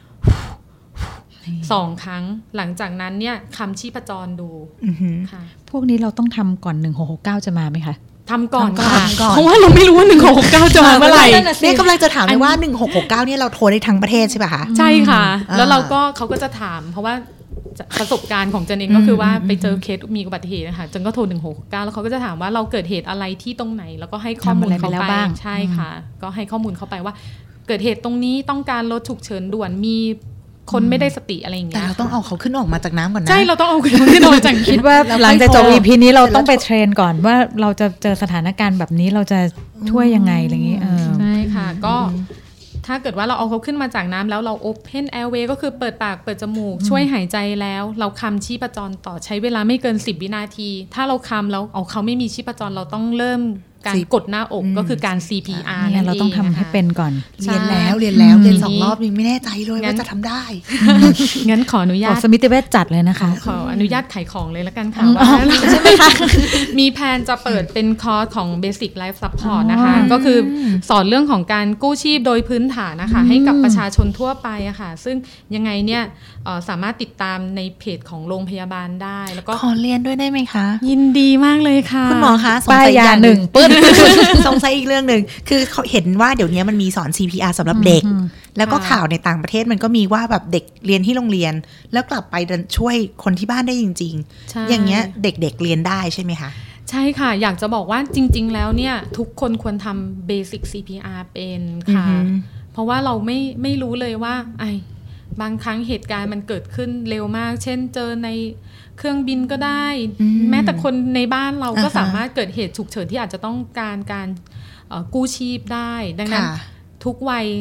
2 ครั้งหลังจากนั้นเนี่ยคำชีพจรดูค่ะพวกนี้เราต้องทำก่อน1669จะมาไหมคะทำก่อนค่ะเพราะว่าเราไม่รู้ว่า1669จะมาเมื่อไหร่เนี่ยกำลังจะถามเลยว่า1669เนี่ยเราโทรได้ทั้งประเทศใช่ป่ะคะใช่ค่ะแล้วเขาก็จะถามเพราะว่าประสบการณ์ของเจนเองก็คือว่าไปเจอเคสมีอุบัติเหตุนะคะจนก็โทร1669แล้วเขาก็จะถามว่าเราเกิดเหตุอะไรที่ตรงไหนแล้วก็ให้ข้อมูลเขาไปใช่ค่ะก็ให้ข้อมูลเขาไปว่าเกิดเหตุตรงนี้ต้องการรถฉุกเฉินด่วนมีคนไม่ได้สติอะไรอย่างเงี้ยแต่เราต้องเอาเขาขึ้นออกมาจากน้ำก่อนนะใช่เราต้องเอาขึ้นออกมาจากคิดว่าหลังจากจบ EP นี้เราต้องไปเทรนก่อนว่าเราจะเจอสถานการณ์แบบนี้เราจะช่วยยังไงอะไรอย่างงี้ใช่ค่ะก็ถ้าเกิดว่าเราเอาเขาขึ้นมาจากน้ำแล้วเรา Open Airway ก็คือเปิดปากเปิดจมูกช่วยหายใจแล้วเราคำชีพจรต่อใช้เวลาไม่เกิน10 วินาทีถ้าเราคำแล้วเอาเขาไม่มีชีพจรเราต้องเริ่มการกดหน้าอกก็คือการ CPR นั่นเองเราต้องทำให้เป็นก่อนเรียนแล้วเรียน2 รอบยังไม่แน่ใจเลยว่าจะทำได้งั้นขออนุญาตสมิติเวชจัดเลยนะคะขออนุญาตขายของเลยแล้วกันค่ะว่าใช่ไหมคะมีแผนจะเปิดเป็นคอร์สของ Basic Life Support นะคะก็คือสอนเรื่องของการกู้ชีพโดยพื้นฐานนะคะให้กับประชาชนทั่วไปอะค่ะซึ่งยังไงเนี่ยสามารถติดตามในเพจของโรงพยาบาลได้แล้วก็ขอเรียนด้วยได้ไหมคะยินดีมากเลยค่ะคุณหมอคะสงสัยอย่างหนึ่งปึ๊ดสงสัยอีกเรื่องหนึ่งคือเขาเห็นว่าเดี๋ยวนี้มันมีสอน CPR สำหรับเด็กแล้วก็ข่าวในต่างประเทศมันก็มีว่าแบบเด็กเรียนที่โรงเรียนแล้วกลับไปช่วยคนที่บ้านได้จริงๆอย่างเงี้ยเด็กๆเรียนได้ใช่ไหมคะใช่ค่ะอยากจะบอกว่าจริงๆแล้วเนี่ยทุกคนควรทำ Basic CPR เป็นค่ะเพราะว่าเราไม่รู้เลยว่าบางครั้งเหตุการณ์มันเกิดขึ้นเร็วมากเช่นเจอในเครื่องบินก็ได้แม้แต่คนในบ้านเราก็สามารถเกิดเหตุฉุกเฉินที่อาจจะต้องการกู้ชีพได้ดังนั้นทุกวัย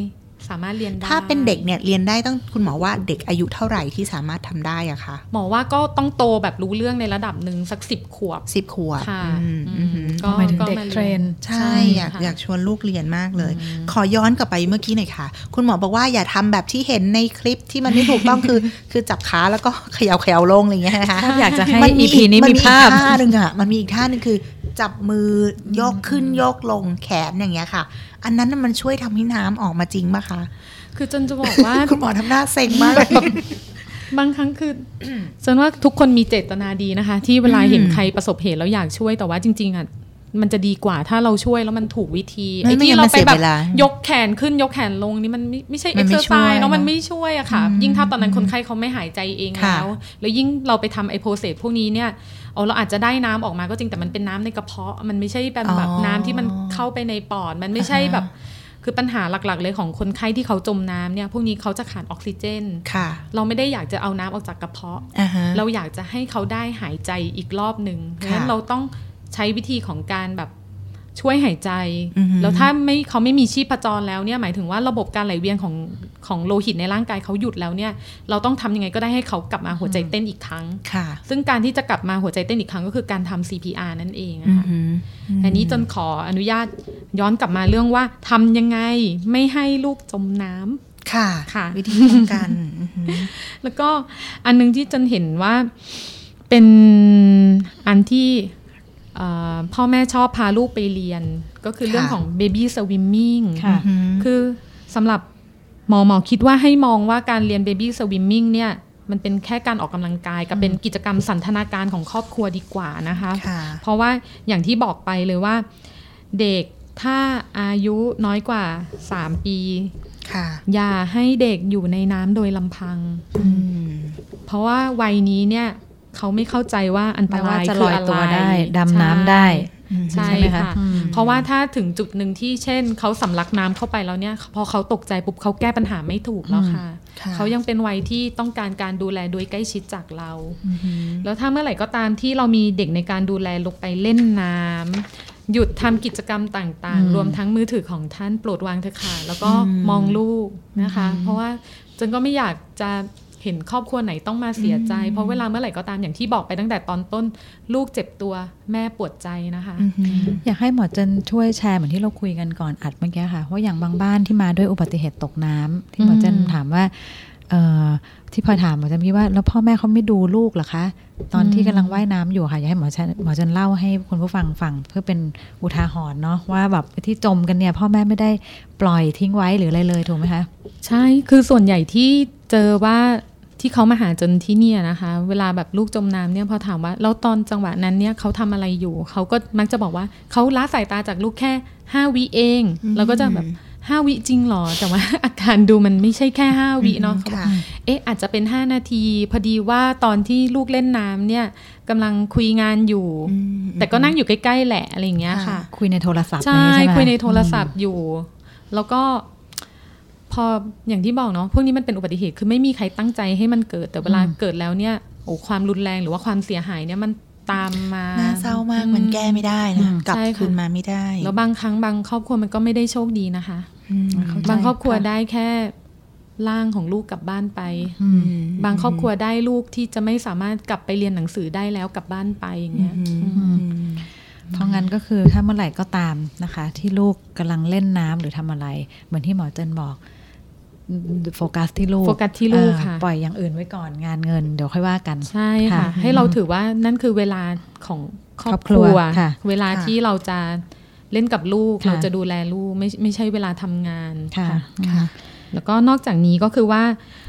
สามารถเรียนได้ถ้าเป็นเด็กเนี่ยเรียนได้ต้องคุณหมอว่าเด็กอายุเท่าไหร่ที่สามารถทำได้อะคะหมอว่าก็ต้องโตแบบรู้เรื่องในระดับหนึ่งสัก10 ขวบ 10 ขวบค่ะก็หมายถึงเด็กเทรนใช่อยากชวนลูกเรียนมากเลยขอย้อนกลับไปเมื่อกี้หน่อยค่ะคุณหมอบอกว่าอย่าทำแบบที่เห็นในคลิปที่มันไม่ถูกต้องคือจับขาแล้วก็เขย่าลงอะไรอย่างเงี้ยนะคะอยากจะให้ EP นี้มีภาพท่านึงอะมันมีอีกท่านึงคือจับมือยกขึ้นยกลงแขนอย่างเงี้ยค่ะอันนั้นมันช่วยทำให้น้ำออกมาจริงป่ะคะคือจนจะบอกว่าคุณหมอทำหน้าเซ็งมากเลยบางครั้งคือฉันว่าทุกคนมีเจตนาดีนะคะที่เวลาเห็นใครประสบเหตุแล้วอยากช่วยแต่ว่าจริงๆอ่ะมันจะดีกว่าถ้าเราช่วยแล้วมันถูกวิธีไอ้ที่เราไปแบบยกแขนขึ้นยกแขนลงนี่มันไม่ใช่เอ็กซ์เซอร์ไซส์เนาะมันไม่ช่วยอะค่ะยิ่งถ้าตอนนั้นคนไข้เขาไม่หายใจเองแล้วยิ่งเราไปทำไอโปรเซสพวกนี้เนี่ยเราอาจจะได้น้ำออกมาก็จริงแต่มันเป็นน้ำในกระเพาะมันไม่ใช่แบบน้ำที่มันเข้าไปในปอดมันไม่ใช่แบบคือปัญหาหลักๆเลยของคนไข้ที่เขาจมน้ำเนี่ยพวกนี้เขาจะขาดออกซิเจนเราไม่ได้อยากจะเอาน้ำออกจากกระเพาะเราอยากจะให้เขาได้หายใจอีกรอบนึงเพราะฉะนั้นเราต้องใช้วิธีของการแบบช่วยหายใจแล้วถ้าเขาไม่มีชีพจรแล้วเนี่ยหมายถึงว่าระบบการไหลเวียนของโลหิตในร่างกายเขาหยุดแล้วเนี่ยเราต้องทำยังไงก็ได้ให้เขากลับมาหัวใจเต้นอีกครั้งซึ่งการที่จะกลับมาหัวใจเต้นอีกครั้งก็คือการทำ CPR นั่นเองนะคะอันนี้จนขออนุญาตย้อนกลับมาเรื่องว่าทำยังไงไม่ให้ลูกจมน้ำค่ะวิธีป้องกันแล้วก็อันนึงที่จนเห็นว่าเป็นอันที่พ่อแม่ชอบพาลูกไปเรียนก็คือเรื่องของ baby swimming คือสำหรับหมอคิดว่าให้มองว่าการเรียน baby swimming เนี่ยมันเป็นแค่การออกกำลังกายกับเป็นกิจกรรมสันทนาการของครอบครัวดีกว่านะคะเพราะว่าอย่างที่บอกไปเลยว่าเด็กถ้าอายุน้อยกว่า3 ปีอย่าให้เด็กอยู่ในน้ำโดยลำพังเพราะว่าวัยนี้เนี่ยเขาไม่เข้าใจว่าอันตรายคืออะไรดำน้ำได้ใช่ค่ะเพราะว่าถ้าถึงจุดหนึ่งที่เช่นเขาสำลักน้ำเข้าไปแล้วเนี่ยพอเขาตกใจปุ๊บเขาแก้ปัญหาไม่ถูกแล้วค่ะเขายังเป็นวัยที่ต้องการการดูแลโดยใกล้ชิดจากเราแล้วถ้าเมื่อไหร่ก็ตามที่เรามีเด็กในการดูแลลงไปเล่นน้ำหยุดทำกิจกรรมต่างๆรวมทั้งมือถือของท่านโปรดวางเถอะค่ะแล้วก็มองลูกนะคะเพราะว่าจนก็ไม่อยากจะเห็นครอบครัวไหนต้องมาเสียใจเพราะเวลาเมื่อไหร่ก็ตามอย่างที่บอกไปตั้งแต่ตอนต้นลูกเจ็บตัวแม่ปวดใจนะคะอยากให้หมอเจนช่วยแชร์เหมือนที่เราคุยกันก่อนอัดเมื่อกี้ค่ะว่าอย่างบางบ้านที่มาด้วยอุบัติเหตุตกน้ำที่หมอเจนถามว่าที่พอถามหมอเจนพี่ว่าแล้วพ่อแม่เขาไม่ดูลูกเหรอคะตอนที่กำลังว่ายน้ำอยู่ค่ะอยากให้หมอเจนเล่าให้คุณผู้ฟังฟังเพื่อเป็นอุทาหรณ์เนาะว่าแบบที่จมกันเนี่ยพ่อแม่ไม่ได้ปล่อยทิ้งไว้หรืออะไรเลยถูกไหมคะใช่คือส่วนใหญ่ที่เจอว่าที่เขามาหาจนที่เนี่ยนะคะเวลาแบบลูกจมน้ำเนี่ยพอถามว่าแล้วตอนจังหวะนั้นเนี่ยเขาทำอะไรอยู่เขาก็มักจะบอกว่าเขาละสายตาจากลูกแค่5 วิเองแล้วก็จะแบบ5 วิจริงหรอแต่ว่าอาการดูมันไม่ใช่แค่5 วิเนาะอาจจะเป็น5 นาทีพอดีว่าตอนที่ลูกเล่นน้ำเนี่ยกำลังคุยงานอยู่แต่ก็นั่งอยู่ใกล้ๆแหละอะไรอย่างเงี้ยค่ะคุยในโทรศัพท์ใช่คุยในโทรศัพท์อยู่แล้วก็พออย่างที่บอกเนาะพวกนี้มันเป็นอุบัติเหตุคือไม่มีใครตั้งใจให้มันเกิดแต่เวลาเกิดแล้วเนี่ยความรุนแรงหรือว่าความเสียหายเนี่ยมันตามมาน่าเศร้ามากมันแก้ไม่ได้นะกลับคืนมาไม่ได้แล้วบางครั้งบางครอบครัวมันก็ไม่ได้โชคดีนะคะบางครอบครัวได้แค่ร่างของลูกกลับบ้านไปบางครอบครัวได้ลูกที่จะไม่สามารถกลับไปเรียนหนังสือได้แล้วกลับบ้านไปอย่างเงี้ยเพราะงั้นก็คือถ้าเมื่อไหร่ก็ตามนะคะที่ลูกกำลังเล่นน้ำหรือทำอะไรเหมือนที่หมอเจนบอกโฟกัสที่ลูกค่ะปล่อยอย่างอื่นไว้ก่อนงานเงินเดี๋ยวค่อยว่ากันใช่ค่ะให้เราถือว่านั่นคือเวลาของครอบครัวเวลาที่เราจะเล่นกับลูกเราจะดูแลลูกไม่ใช่เวลาทำงานค่ะแล้วก็นอกจากนี้ก็คือว่า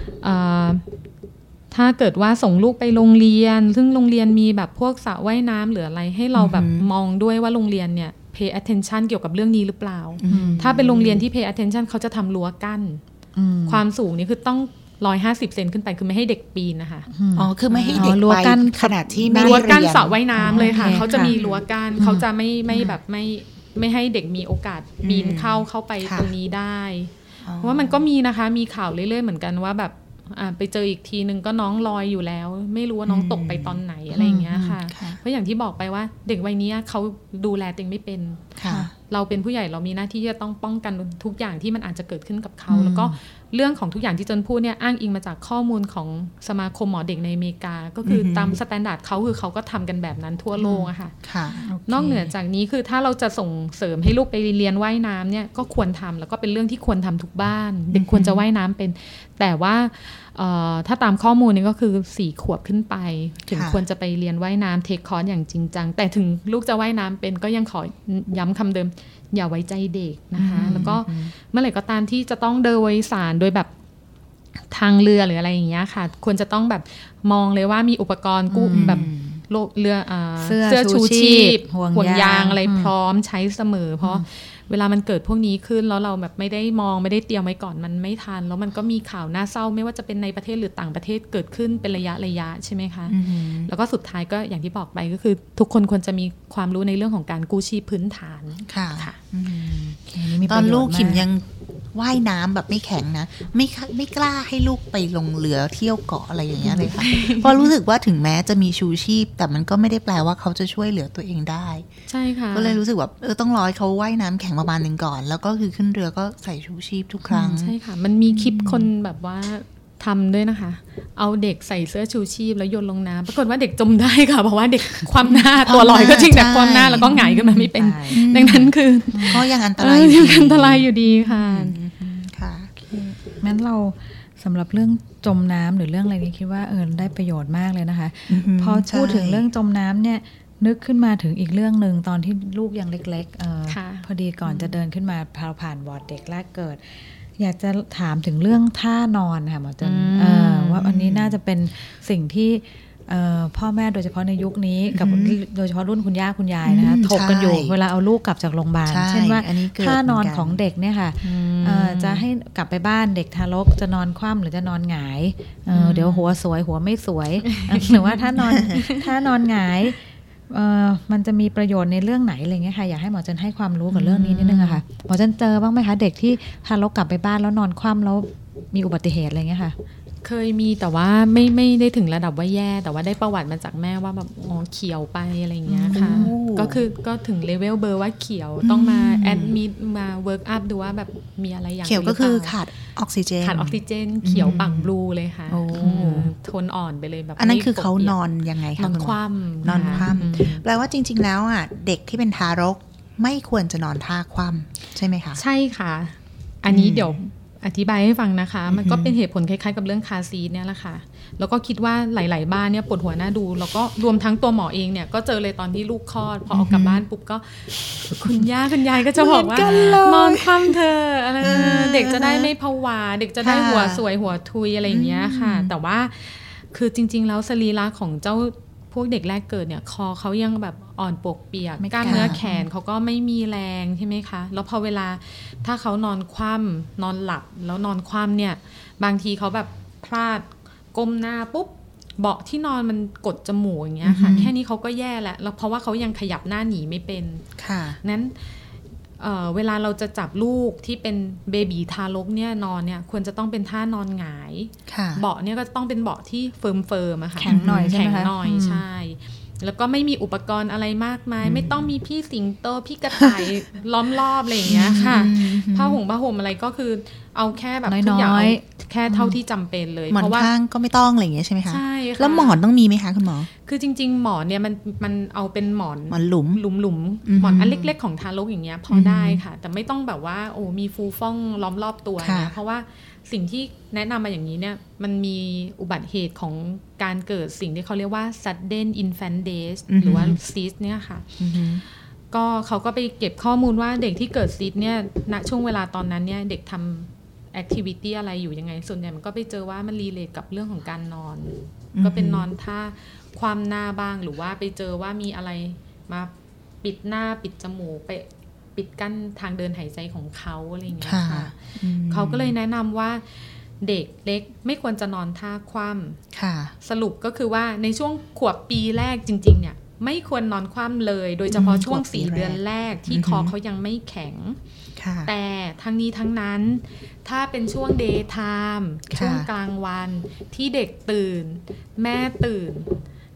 ถ้าเกิดว่าส่งลูกไปโรงเรียนซึ่งโรงเรียนมีแบบพวกสระว่ายน้ำหรืออะไรให้เราแบบมองด้วยว่าโรงเรียนเนี่ย pay attention เกี่ยวกับเรื่องนี้หรือเปล่าถ้าเป็นโรงเรียนที่ pay attention เขาจะทำรั้วกั้นความสูงนี่คือต้อง150 เซนขึ้นไปคือไม่ให้เด็กปีนนะคะคือไม่ให้เด็กไปขนาดที่ไม่รั้วกั้นสระว่ายน้ำเลยค่ะเขาจะมีรั้วกั้นเขาจะไม่แบบไม่ให้เด็กมีโอกาสปีนเข้าไปตรงนี้ได้เพราะว่ามันก็มีนะคะมีข่าวเรื่อยๆเหมือนกันว่าแบบไปเจออีกทีนึงก็น้องลอยอยู่แล้วไม่รู้ว่าน้องตกไปตอนไหนอะไรอย่างเงี้ยค่ะเพราะอย่างที่บอกไปว่าเด็กวัยนี้เขาดูแลตัวเองไม่เป็นเราเป็นผู้ใหญ่เรามีหน้าที่ที่จะต้องป้องกันทุกอย่างที่มันอาจจะเกิดขึ้นกับเขาแล้วก็เรื่องของทุกอย่างที่จนพูดเนี่ยอ้างอิงมาจากข้อมูลของสมาคมหมอเด็กในอเมริกาก็คือตามสแตนดาร์ดเขาคือเขาก็ทำกันแบบนั้นทั่วโลกอะค่ะนอกเหนือจากนี้คือถ้าเราจะส่งเสริมให้ลูกไปเรียนว่ายน้ำเนี่ยก็ควรทำแล้วก็เป็นเรื่องที่ควรทำทุกบ้านเด็กควรจะว่ายน้ำเป็นแต่ว่าถ้าตามข้อมูลนี่ก็คือ4 ขวบขึ้นไปถึงควรจะไปเรียนว่ายน้ำเทคคอร์สอย่างจริงจังแต่ถึงลูกจะว่ายน้ำเป็นก็ยังขอย้ำคำเดิมอย่าไว้ใจเด็กนะคะแล้วก็เมื่อไหร่ก็ตามที่จะต้องเดินโดยสารโดยแบบทางเรือหรืออะไรอย่างเงี้ยค่ะควรจะต้องแบบมองเลยว่ามีอุปกรณ์กู้แบบเรือเสื้อชูชีพห่วงยางอะไรพร้อมใช้เสมอเพราะเวลามันเกิดพวกนี้ขึ้นแล้วเราแบบไม่ได้มองไม่ได้เตรียมไว้ก่อนมันไม่ทันแล้วมันก็มีข่าวน่าเศร้าไม่ว่าจะเป็นในประเทศหรือต่างประเทศเกิดขึ้นเป็นระยะใช่ไหมคะแล้วก็สุดท้ายก็อย่างที่บอกไปก็คือทุกคนควรจะมีความรู้ในเรื่องของการกู้ชีพพื้นฐานค่ะตอนลูกขิมยังว่ายน้ำแบบไม่แข็งนะไม่กล้าให้ลูกไปลงเรือเที่ยวเกาะอะไรอย่างเงี้ยเลยค่ะ เพราะรู้สึกว่าถึงแม้จะมีชูชีพแต่มันก็ไม่ได้แปลว่าเขาจะช่วยเหลือตัวเองได้ใช่ค่ะก็เลยรู้สึกว่าต้องรอให้เขาว่ายน้ำแข็งประมาณนึงก่อนแล้วก็คือขึ้นเรือก็ใส่ชูชีพทุกครั้งใช่ค่ะมันมีคลิปคนแบบว่าทำด้วยนะคะเอาเด็กใส่เสื้อชูชีพแล้วโยนลงน้ำปรากฏว่าเด็กจมได้ค่ะเพราะว่าเด็กความหน้าตัวลอยก็จริงแต่ความหน้าแล้วก็หงายขึ้นมาไม่เป็นดังนั้นคือก็ยังอันตรายอยู่ดีค่ะงั้นเราสำหรับเรื่องจมน้ำหรือเรื่องอะไรนี้คิดว่าได้ประโยชน์มากเลยนะคะพอพูดถึงเรื่องจมน้ำเนี่ยนึกขึ้นมาถึงอีกเรื่องนึงตอนที่ลูกยังเล็กๆพอดีก่อนจะเดินขึ้นมาผ่านวอร์ดเด็กแรกเกิดอยากจะถามถึงเรื่องท่านอนค่ะหมอจันว่าอันนี้น่าจะเป็นสิ่งที่พ่อแม่โดยเฉพาะในยุคนี้กับโดยเฉพาะรุ่นคุณย่าคุณยายนะคะถกกันอยู่เวลาเอาลูกกลับจากโรงพยาบาลเช่นว่าท่านอนของเด็กเนี่ยค่ะจะให้กลับไปบ้านเด็กทารกจะนอนคว่ำหรือจะนอนหงายเดี๋ยวหัวสวยหัวไม่สวยหรือว่าถ้านอนหงายมันจะมีประโยชน์ในเรื่องไหนอะไรเงี้ยค่ะอยากให้หมอจันให้ความรู้กับเรื่องนี้นิดนึงอะค่ะหมอจันเจอบ้างไหมคะเด็กที่ทารกกลับไปบ้านแล้วนอนคว่ำแล้วมีอุบัติเหตุอะไรเงี้ยค่ะเคยมีแต่ว่าไม่ได้ถึงระดับว่าแย่แต่ว่าได้ประวัติมาจากแม่ว่าแบบเขียวไปอะไรอย่างเงี้ยค่ะก็ถึงเลเวลเบอร์ว่าเขียวต้องมาแอดมิดมาเวิร์กอัพดูว่าแบบมีอะไรอย่างเขียวก็คือขาดออกซิเจนเขียวปังบลูเลยค่ะโทนอ่อนไปเลยแบบอันนั้นคือเขานอนยังไงคะนอนคว่ำแปลว่าจริงๆแล้วอ่ะเด็กที่เป็นทารกไม่ควรจะนอนท่าคว่ำใช่ไหมคะใช่ค่ะอันนี้เดี๋ยวอธิบายให้ฟังนะคะมันก็เป็นเหตุผลคล้ายๆกับเรื่องคาร์ซีทเนี่ยแหละค่ะแล้วก็คิดว่าหลายๆบ้านเนี่ยปวดหัวหน้าดูแล้วก็รวมทั้งตัวหมอเองเนี่ยก็เจอเลยตอนที่ลูกคลอดพอออกกลับบ้านปุ๊บก็คุณย่าคุณยายก็จะบอกว่านอนคว่ำเธออะไรเด็กจะได้ไม่ผวาเด็กจะได้หัวสวยหัวทุยอะไรอย่างเงี้ยค่ะแต่ว่าคือจริงๆแล้วสรีระของเจ้าพวกเด็กแรกเกิดเนี่ยคอเขายังแบบอ่อนปวกเปียกกล้ามเนื้อแขนเขาก็ไม่มีแรงใช่ไหมคะแล้วพอเวลาถ้าเขานอนคว่ำนอนหลับแล้วนอนคว่ำเนี่ยบางทีเขาแบบพลาดก้มหน้าปุ๊บเบาะที่นอนมันกดจมูกอย่างเงี้ยค่ะแค่นี้เขาก็แย่แล้วเพราะว่าเขายังขยับหน้าหนีไม่เป็นนั้นเวลาเราจะจับลูกที่เป็นเบบีทารกเนี่ยนอนเนี่ยควรจะต้องเป็นท่านอนหงายเบาะเนี่ยก็ต้องเป็นเบาะที่เฟิร์มอะค่ะแข็งหน่อยใช่ไหมคะแข็งหน่อยใช่แล้วก็ไม่มีอุปกรณ์อะไรมากมายไม่ต้องมีพี่สิงโตพี่กระต่ายล้อมรอบอะไรอย่างเงี้ยค่ะผ้าห่มอะไรก็คือเอาแค่แบบทุกอย่างแค่เท่าที่จำเป็นเลยหมอนข้างก็ไม่ต้องอะไรอย่างเงี้ยใช่ไหมคะใช่ค่ะแล้วหมอนต้องมีไหมคะคุณหมอคือจริงๆหมอนเนี่ยมันเอาเป็นหมอนหลุมหมอนอันเล็กๆของทารกอย่างเงี้ยพอได้ค่ะแต่ไม่ต้องแบบว่ามีฟูฟ่องล้อมรอบตัวนะเพราะว่าสิ่งที่แนะนำมาอย่างนี้เนี่ยมันมีอุบัติเหตุของการเกิดสิ่งที่เขาเรียกว่า sudden infant death หรือว่า SIDS เนี่ยค่ะก็เขาก็ไปเก็บข้อมูลว่าเด็กที่เกิด SIDS เนี่ยณช่วงเวลาตอนนั้นเนี่ยเด็กทำ activity อะไรอยู่ยังไงส่วนใหญ่มันก็ไปเจอว่ามันรีเลทกับเรื่องของการนอนก็เป็นนอนท่าความหน้าบ้างหรือว่าไปเจอว่ามีอะไรมาปิดหน้าปิดจมูกไปปิดกั้นทางเดินหายใจของเขาอะไรอย่างเงี้ยค่ะเขาก็เลยแนะนำว่าเด็กเล็กไม่ควรจะนอนท่าคว่ำสรุปก็คือว่าในช่วงขวบปีแรกจริงๆเนี่ยไม่ควรนอนคว่ำเลยโดยเฉพาะช่วง4 เดือนแรกที่คอเขายังไม่แข็งแต่ทั้งนี้ทั้งนั้นถ้าเป็นช่วงเดย์ไทม์ช่วงกลางวันที่เด็กตื่นแม่ตื่น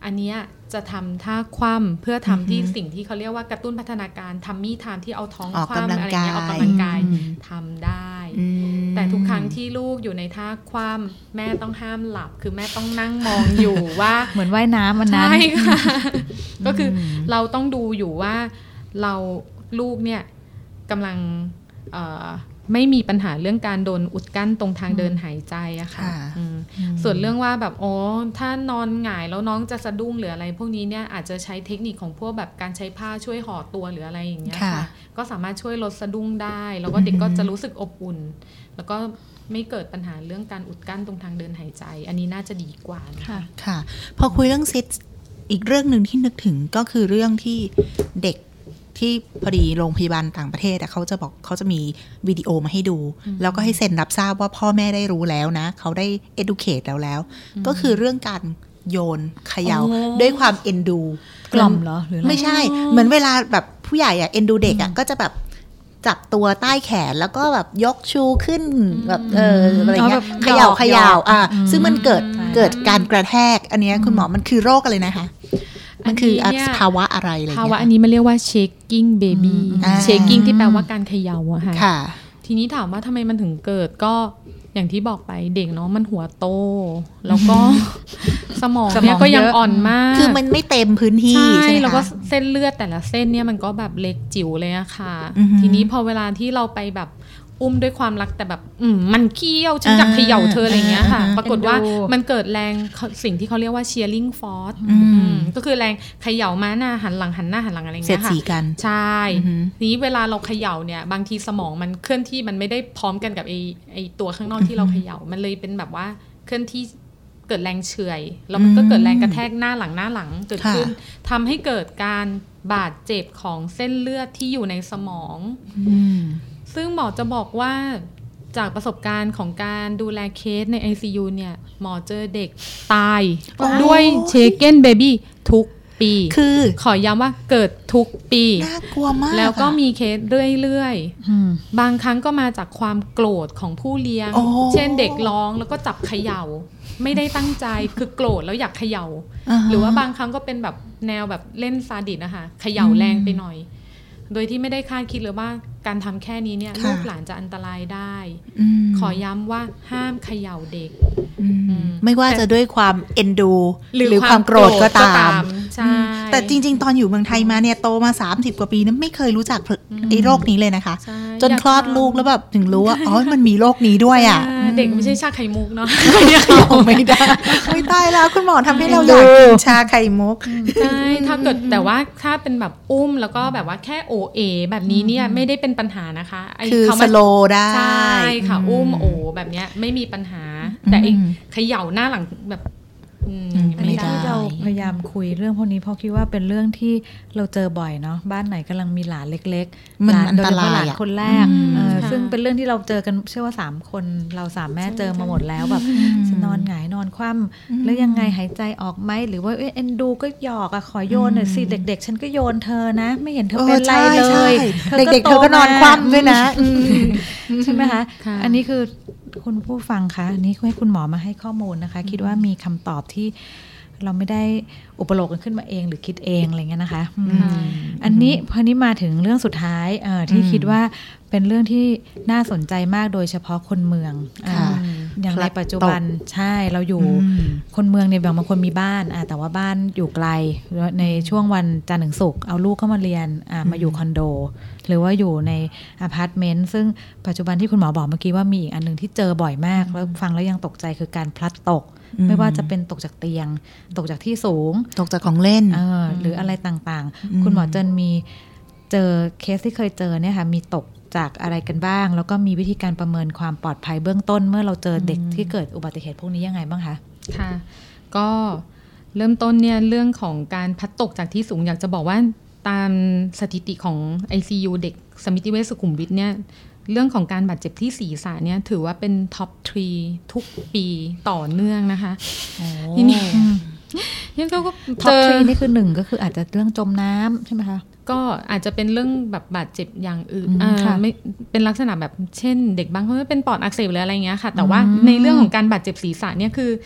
อันเนี้ยจะทำท่าคว่ำเพื่อทำที่สิ่งที่เขาเรียกว่ากระตุ้นพัฒนาการทำมี่ไทม์ที่เอาท้องคว่ำอะไรเงี้ยออกกำลังกายทำได้แต่ทุกครั้งที่ลูกอยู่ในท่าคว่ำแม่ต้องห้ามหลับคือแม่ต้องนั่งมองอยู่ว่าเหมือนว่ายน้ำมันนั้นใช่ค่ะก็คือเราต้องดูอยู่ว่าลูกเนี่ยกำลังไม่มีปัญหาเรื่องการโดนอุดกั้นตรงทางเดินหายใจอะค่ะส่วนเรื่องว่าแบบถ้านอนหงายแล้วน้องจะสะดุ้งหรืออะไรพวกนี้เนี่ยอาจจะใช้เทคนิคของพวกแบบการใช้ผ้าช่วยห่อตัวหรืออะไรอย่างเงี้ยค่ะก็สามารถช่วยลดสะดุ้งได้แล้วก็เด็กก็จะรู้สึกอบอุ่นแล้วก็ไม่เกิดปัญหาเรื่องการอุดกั้นตรงทางเดินหายใจอันนี้น่าจะดีกว่านะคะค่ะพอคุยเรื่องซิทอีกเรื่องนึงที่นึกถึงก็คือเรื่องที่เด็กที่พอดีโรงพยาบาลต่างประเทศเขาจะบอกเขาจะมีวิดีโอมาให้ดูแล้วก็ให้เซ็นรับทราบว่าพ่อแม่ได้รู้แล้วนะเขาได้ educate แล้วก็คือเรื่องการโยนเขย่าด้วยความเอ็นดูกล่อมเหรอหรือไม่ใช่เหมือนเวลาแบบผู้ใหญ่เอ็นดูเด็กก็จะแบบจับตัวใต้แขนแล้วก็แบบยกชูขึ้นแบบอะไรเงี้ยเขย่าซึ่งมันเกิดการกระแทกอันนี้คุณหมอมันคือโรคอะไรนะคะมันคือภาวะอะไรอะไรภาวะอันนี้มันเรียกว่า shaking baby shaking ที่แปลว่าการเขย่าอะค่ะทีนี้ถามว่าทำไมมันถึงเกิดก็อย่างที่บอกไปเด็กเนาะมันหัวโตแล้วก็สมองเนี่ยก็ยังอ่อนมากคือมันไม่เต็มพื้นที่ใช่ไหมคะแล้วก็เส้นเลือดแต่ละเส้นเนี่ยมันก็แบบเล็กจิ๋วเลยอะค่ะทีนี้พอเวลาที่เราไปแบบอุ้มด้วยความรักแต่แบบมันเคี้ยวฉันอยากเขย่าเธออะไรเงี้ยค่ะปรากฏว่ามันเกิดแรงสิ่งที่เขาเรียกว่า shearing force ก็คือแรงเขย่าม้าหน้าหันหลังหันหน้าหันหลังอะไรเงี้ยค่ะเสียดสีกันใช่นี้เวลาเราเขย่าเนี่ยบางทีสมองมันเคลื่อนที่มันไม่ได้พร้อมกันกับไอตัวข้างนอกที่เราเขย่ามันเลยเป็นแบบว่าเคลื่อนที่เกิดแรงเฉื่อยแล้วมันก็เกิดแรงกระแทกหน้าหลังเกิดขึ้นทำให้เกิดการบาดเจ็บของเส้นเลือดที่อยู่ในสมองซึ่งหมอจะบอกว่าจากประสบการณ์ของการดูแลเคสใน ICU เนี่ยหมอเจอเด็กตายด้วยเชเก้นเบบี้ทุกปีคือขอย้ำว่าเกิดทุกปีน่ากลัวมากแล้วก็มีเคสเรื่อยๆบางครั้งก็มาจากความโกรธของผู้เลี้ยงเช่นเด็กร้องแล้วก็จับเขย่าไม่ได้ตั้งใจคือโกรธแล้วอยากเขย่าหรือว่าบางครั้งก็เป็นแบบแนวแบบเล่นซาดิสนะคะเขย่าแรงไปหน่อยโดยที่ไม่ได้คาดคิดเลยว่าการทำแค่นี้เนี่ยลูกหลานจะอันตรายได้ขอย้ำว่าห้ามเขย่าเด็กไม่ว่าจะด้วยความเอ็นดูหรือความโกรธก็ตามใช่แต่จริงๆตอนอยู่เมืองไทยมาเนี่ยโตมา30กว่าปีนั้นไม่เคยรู้จักไอ้โรคนี้เลยนะคะจนคลอดลูกแล้วแบบถึงรู้ว่าอ๋อมันมีโรคนี้ด้วยอ่ะเด็กไม่ใช่ชาไข่มุกเนาะไม่ได้ไม่ตายแล้วคุณหมอทำให้เราอยากกินชาไข่มุกใช่ถ้าเกิดแต่ว่าถ้าเป็นแบบอุ้มแล้วก็แบบว่าแค่โอเอแบบนี้เนี่ยไม่ได้เป็นปัญหานะคะคือสโลได้ใช่ค่ะอุ้มโอแบบเนี้ยไม่มีปัญหาแต่เขย่าหน้าหลังแบบอันนี้ที่เราพยายามคุยเรื่องพวกนี้เพราะคิดว่าเป็นเรื่องที่เราเจอบ่อยเนาะบ้านไหนกำลังมีหลานเล็กๆหลานโดยเฉพาะหลานคนแรกซึ่งเป็นเรื่องที่เราเจอกันเชื่อว่า3คนเรา3แม่เจอมาหมดแล้วแบบจะนอนหงายนอนคว่ำแล้วยังไงหายใจออกไหมหรือว่าเอ็นดูก็หยอกขอโยนหน่อยสิเด็กๆฉันก็โยนเธอนะไม่เห็นเธอเป็นไรเลยเด็กๆเธอก็นอนคว่ำด้วยนะใช่ไหมคะอันนี้คือคุณผู้ฟังคะอันนี้ให้คุณหมอมาให้ข้อมูลนะคะคิดว่ามีคำตอบที่เราไม่ได้อุปโลกกันขึ้นมาเองหรือคิดเองอะไรเงี้ยนะคะอันนี้พอนี้มาถึงเรื่องสุดท้ายที่คิดว่าเป็นเรื่องที่น่าสนใจมากโดยเฉพาะคนเมืองอย่างในปัจจุบันใช่เราอยู่คนเมืองในบางคนมีบ้านแต่ว่าบ้านอยู่ไกลในช่วงวันจันทร์ถึงศุกร์เอาลูกเข้ามาเรียนมาอยู่คอนโดหรือว่าอยู่ในอพาร์ตเมนต์ซึ่งปัจจุบันที่คุณหมอบอกเมื่อกี้ว่ามีอีกอันนึงที่เจอบ่อยมากแล้วฟังแล้วยังตกใจคือการพลัดตกไม่ว่าจะเป็นตกจากเตียงตกจากที่สูงตกจากของเล่นหรืออะไรต่างๆคุณหมอเจนมีเจอเคสที่เคยเจอเนี่ยค่ะมีตกจากอะไรกันบ้างแล้วก็มีวิธีการประเมินความปลอดภัยเบื้องต้นเมื่อเราเจอเด็กที่เกิดอุบัติเหตุพวกนี้ยังไงบ้างคะค่ะก็เริ่มต้นเนี่ยเรื่องของการพลัดตกจากที่สูงอยากจะบอกว่าตามสถิติของ ICU เด็กสมิติเวชสุขุมวิทเนี่ยเรื่องของการบาดเจ็บที่ศีรษะเนี่ยถือว่าเป็นท็อป3ทุกปีต่อเนื่องนะคะทีนี้ยังก็ท็อป3นี่คือ1ก็คืออาจจะเรื่องจมน้ำใช่ไหมคะก็อาจจะเป็นเรื่องแบบบาดเจ็บอย่างอื่นไม่เป็นลักษณะแบบเช่นเด็กบางคนเป็นปอดอักเสบหรืออะไรเงี้ยค่ะแต่ว่าในเรื่องของการบาดเจ็บศีรษะเนี่ยคือ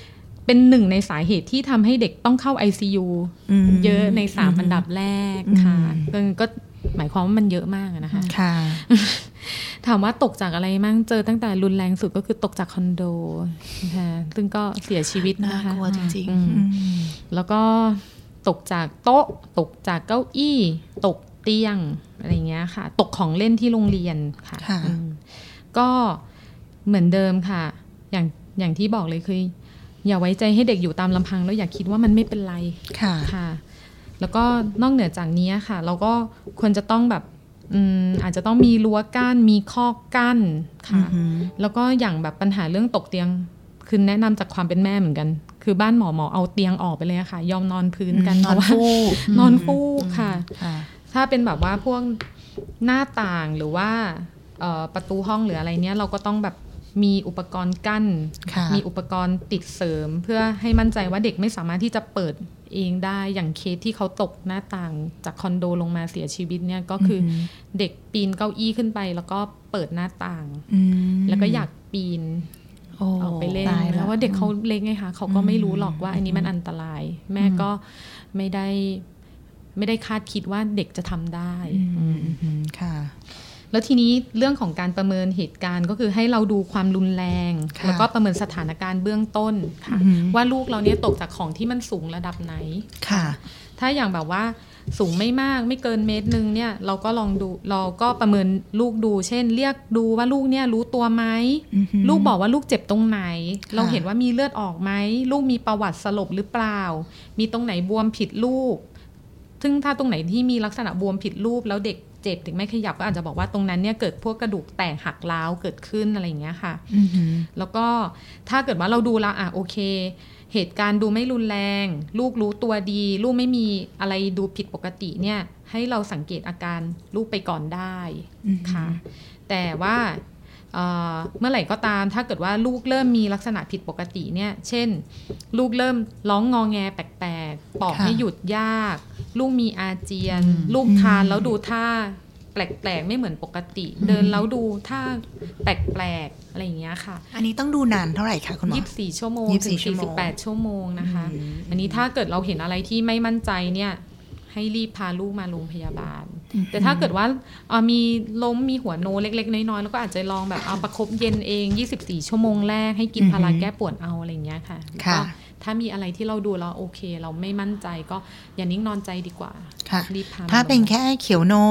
เป็นหนึ่งในสาเหตุที่ทำให้เด็กต้องเข้า ICU เยอะใน3อันดับแรกค่ะก็หมายความว่ามันเยอะมากนะคะค่ะถามว่าตกจากอะไรมั่งเจอตั้งแต่รุนแรงสุดก็คือตกจากคอนโดค่ะซึ่งก็เสียชีวิตนะคะน่ากลัวจริงๆแล้วก็ตกจากโต๊ะตกจากเก้าอี้ตกเตียงอะไรเงี้ยค่ะตกของเล่นที่โรงเรียนค่ะก็เหมือนเดิมค่ะอย่างที่บอกเลยคืออย่าไว้ใจให้เด็กอยู่ตามลำพังแล้วอย่าคิดว่ามันไม่เป็นไรค่ะแล้วก็นอกเหนือจากนี้ค่ะเราก็ควรจะต้องแบบอาจจะต้องมีรั้วกั้นมีคอกกั้นค่ะแล้วก็อย่างแบบปัญหาเรื่องตกเตียงคือแนะนำจากความเป็นแม่เหมือนกันคือบ้านหมอเอาเตียงออกไปเลยค่ะยอมนอนพื้นกันเพราะว่านอนฟูกค่ะถ้าเป็นแบบว่าพวกหน้าต่างหรือว่าประตูห้องหรืออะไรเนี้ยเราก็ต้องแบบมีอุปกรณ์กั้นมีอุปกรณ์ติดเสริมเพื่อให้มั่นใจว่าเด็กไม่สามารถที่จะเปิดเองได้อย่างเคสที่เขาตกหน้าต่างจากคอนโดลงมาเสียชีวิตเนี่ยก็คือเด็กปีนเก้าอี้ขึ้นไปแล้วก็เปิดหน้าต่างแล้วก็อยากปีนออกไปเล่นแล้วว่าเด็กเขาเล็กไงคะเขาก็ไม่รู้หรอกว่าอันนี้มันอันตรายแม่ก็ไม่ได้คาดคิดว่าเด็กจะทำได้ค่ะแล้วทีนี้เรื่องของการประเมินเหตุการณ์ก็คือให้เราดูความรุนแรงแล้วก็ประเมินสถานการณ์เบื้องต้นค่ะว่าลูกเราเนี่ยตกจากของที่มันสูงระดับไหนค่ะถ้าอย่างแบบว่าสูงไม่มากไม่เกินเมตรนึงเนี่ยเราก็ลองดูเราก็ประเมินลูกดูเช่นเรียกดูว่าลูกเนี่ยรู้ตัวไหมลูกบอกว่าลูกเจ็บตรงไหนเราเห็นว่ามีเลือดออกไหมลูกมีประวัติสลบหรือเปล่ามีตรงไหนบวมผิดรูปซึ่งถ้าตรงไหนที่มีลักษณะบวมผิดรูปแล้วเด็กเจ็บถึงไม่ขยับก็อาจจะบอกว่าตรงนั้นเนี่ยเกิดพวกกระดูกแตกหักร้าวเกิดขึ้นอะไรอย่างเงี้ยค่ะแล้วก็ถ้าเกิดว่าเราดูแล้วโอเคเหตุการณ์ดูไม่รุนแรงลูกรู้ตัวดีลูกไม่มีอะไรดูผิดปกติเนี่ยให้เราสังเกตอาการลูกไปก่อนได้ค่ะแต่ว่าเมื่อไหร่ก็ตามถ้าเกิดว่าลูกเริ่มมีลักษณะผิดปกติเนี่ยเช่นลูกเริ่มร้องงอแงแปลกๆปอกให้หยุดยากลูกมีอาเจียนลูกทานแล้วดูท่าแปลกๆไม่เหมือนปกติเดินแล้วดูท่าแปลกๆอะไรอย่างเงี้ยค่ะอันนี้ต้องดูนานเท่าไหร่คะคุณหมอ 24 ชั่วโมงถึง48 ชั่วโมงนะคะอันนี้ถ้าเกิดเราเห็นอะไรที่ไม่มั่นใจเนี่ยให้รีบพาลูกมาโรงพยาบาลแต่ถ้าเกิดว่ามีล้มมีหัวโนเล็กๆน้อยๆแล้วก็อาจจะลองแบบเอาประคบเย็นเอง24 ชั่วโมงแรกให้กินพาราแก้ปวดเอาอะไรอย่างเงี้ยค่ะก็ถ้ามีอะไรที่เราดูแล้วโอเคเราไม่มั่นใจก็อย่านิ่งนอนใจดีกว่ารีบพาถ้าเป็นแค่เขียวโน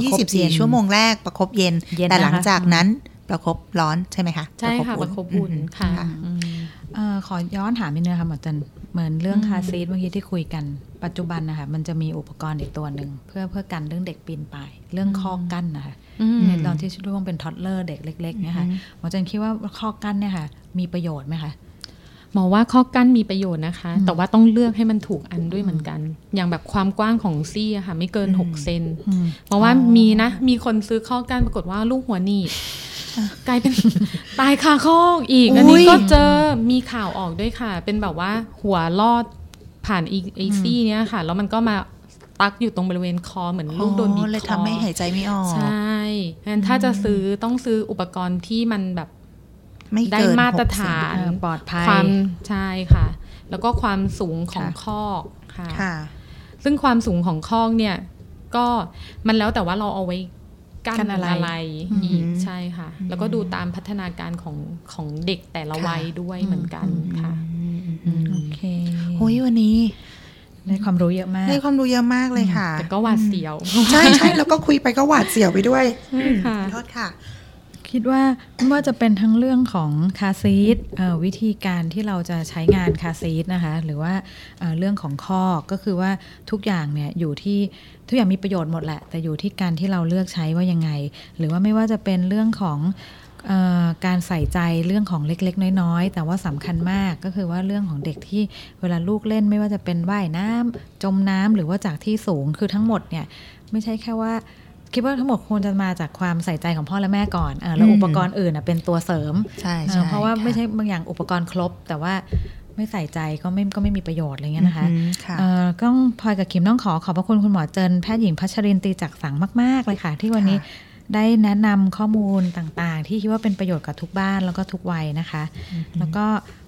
24 ชั่วโมงแรกประคบเย็นแต่หลังจากนั้นประคบร้อนใช่ไหมคะใช่ค่ะประคบอุ่นค่ะขอย้อนถามนิดนึงค่ะหมอจันเหมือนเรื่องคาร์ซีทเมื่อกี้ที่คุยกันปัจจุบันนะคะมันจะมีอุปกรณ์อีกตัวหนึ่งเพื่อกันเรื่องเด็กปีนป่ายเรื่องข้อกั้นนะคะในตอนที่ช่วงเป็นท็อดเลอร์เด็กเล็กๆเนี่ยค่ะหมอจันคิดว่าข้อกั้นเนี่ยค่ะมีประโยชน์ไหมคะหมอว่าข้อกั้นมีประโยชน์นะคะแต่ว่าต้องเลือกให้มันถูกอันด้วยเหมือนกันอย่างแบบความกว้างของซี่อะค่ะไม่เกิน6 เซนเพราะว่ามีคนซื้อข้อกั้นปรากฏว่าลูกหัวหนีบกลายเป็นตายคาคอกอีกอันนี้ก็เจอมีข่าวออกด้วยค่ะเป็นแบบว่าหัวลอดผ่านไอซี่เนี้ยค่ะแล้วมันก็มาตักอยู่ตรงบริเวณคอเหมือนลูกโดนบีบคอเลยทำให้หายใจไม่ออกใช่งั้นถ้าจะต้องซื้ออุปกรณ์ที่มันแบบได้มาตรฐานปลอดภัยความใช่ค่ะแล้วก็ความสูงของคอกค่ะซึ่งความสูงของคอกเนี่ยก็มันแล้วแต่ว่าเราเอาไว้กั้นอะไรอีกใช่ค่ะแล้วก็ดูตามพัฒนาการของเด็กแต่ละวัยด้วยเหมือนกันค่ะโอเคโอ้ยวันนี้ได้ความรู้เยอะมากเลยค่ะแต่ก็หวาดเสียวใช่แล้วก็คุยไปก็หวาดเสียวไปด้วยค่ะโทษค่ะคิดว่าจะเป็นทั้งเรื่องของคาร์ซีทวิธีการที่เราจะใช้งานคาร์ซีทนะคะหรือว่าเรื่องของข้อก็คือว่าทุกอย่างเนี่ยอยู่ที่ทุกอย่างมีประโยชน์หมดแหละแต่อยู่ที่การที่เราเลือกใช้ว่ายังไงหรือว่าไม่ว่าจะเป็นเรื่องของการใส่ใจเรื่องของเล็กๆน้อยๆแต่ว่าสำคัญมากก็คือว่าเรื่องของเด็กที่เวลาลูกเล่นไม่ว่าจะเป็นว่ายน้ำจมน้ำหรือว่าจากที่สูงคือทั้งหมดเนี่ยไม่ใช่แค่ว่าคิดว่าทั้งหมดควรจะมาจากความใส่ใจของพ่อและแม่ก่อนแล้วอุปกรณ์อื่นเป็นตัวเสริมใช่เพราะว่าไม่ใช่บางอย่างอุปกรณ์ครบแต่ว่าไม่ใส่ใจก็ไม่มีประโยชน์อะไรเงี้ยนะคะก็พลอยกับคิมต้องขอบพระคุณคุณหมอเจินแพทย์หญิงพัชรินทร์ ตีจักสังมากๆเลยค่ะที่วันนี้ได้แนะนำข้อมูลต่างๆที่คิดว่าเป็นประโยชน์กับทุกบ้านแล้วก็ทุกวัยนะคะแล้วก็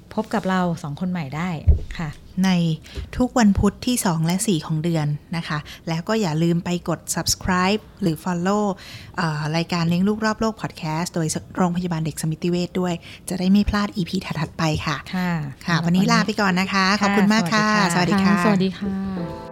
พบกับเรา2คนใหม่ได้ค่ะในทุกวันพุธที่2และ4ของเดือนนะคะแล้วก็อย่าลืมไปกด subscribe หรือ follow รายการเลี้ยงลูกรอบโลกพอดแคสต์โดยโรงพยาบาลเด็กสมิติเวชด้วยจะได้ไม่พลาด EP ถัดๆไปค่ะค่ะวันนี้ลาไปก่อนนะคะขอบคุณมากค่ะสวัสดีค่ะสวัสดีค่ะ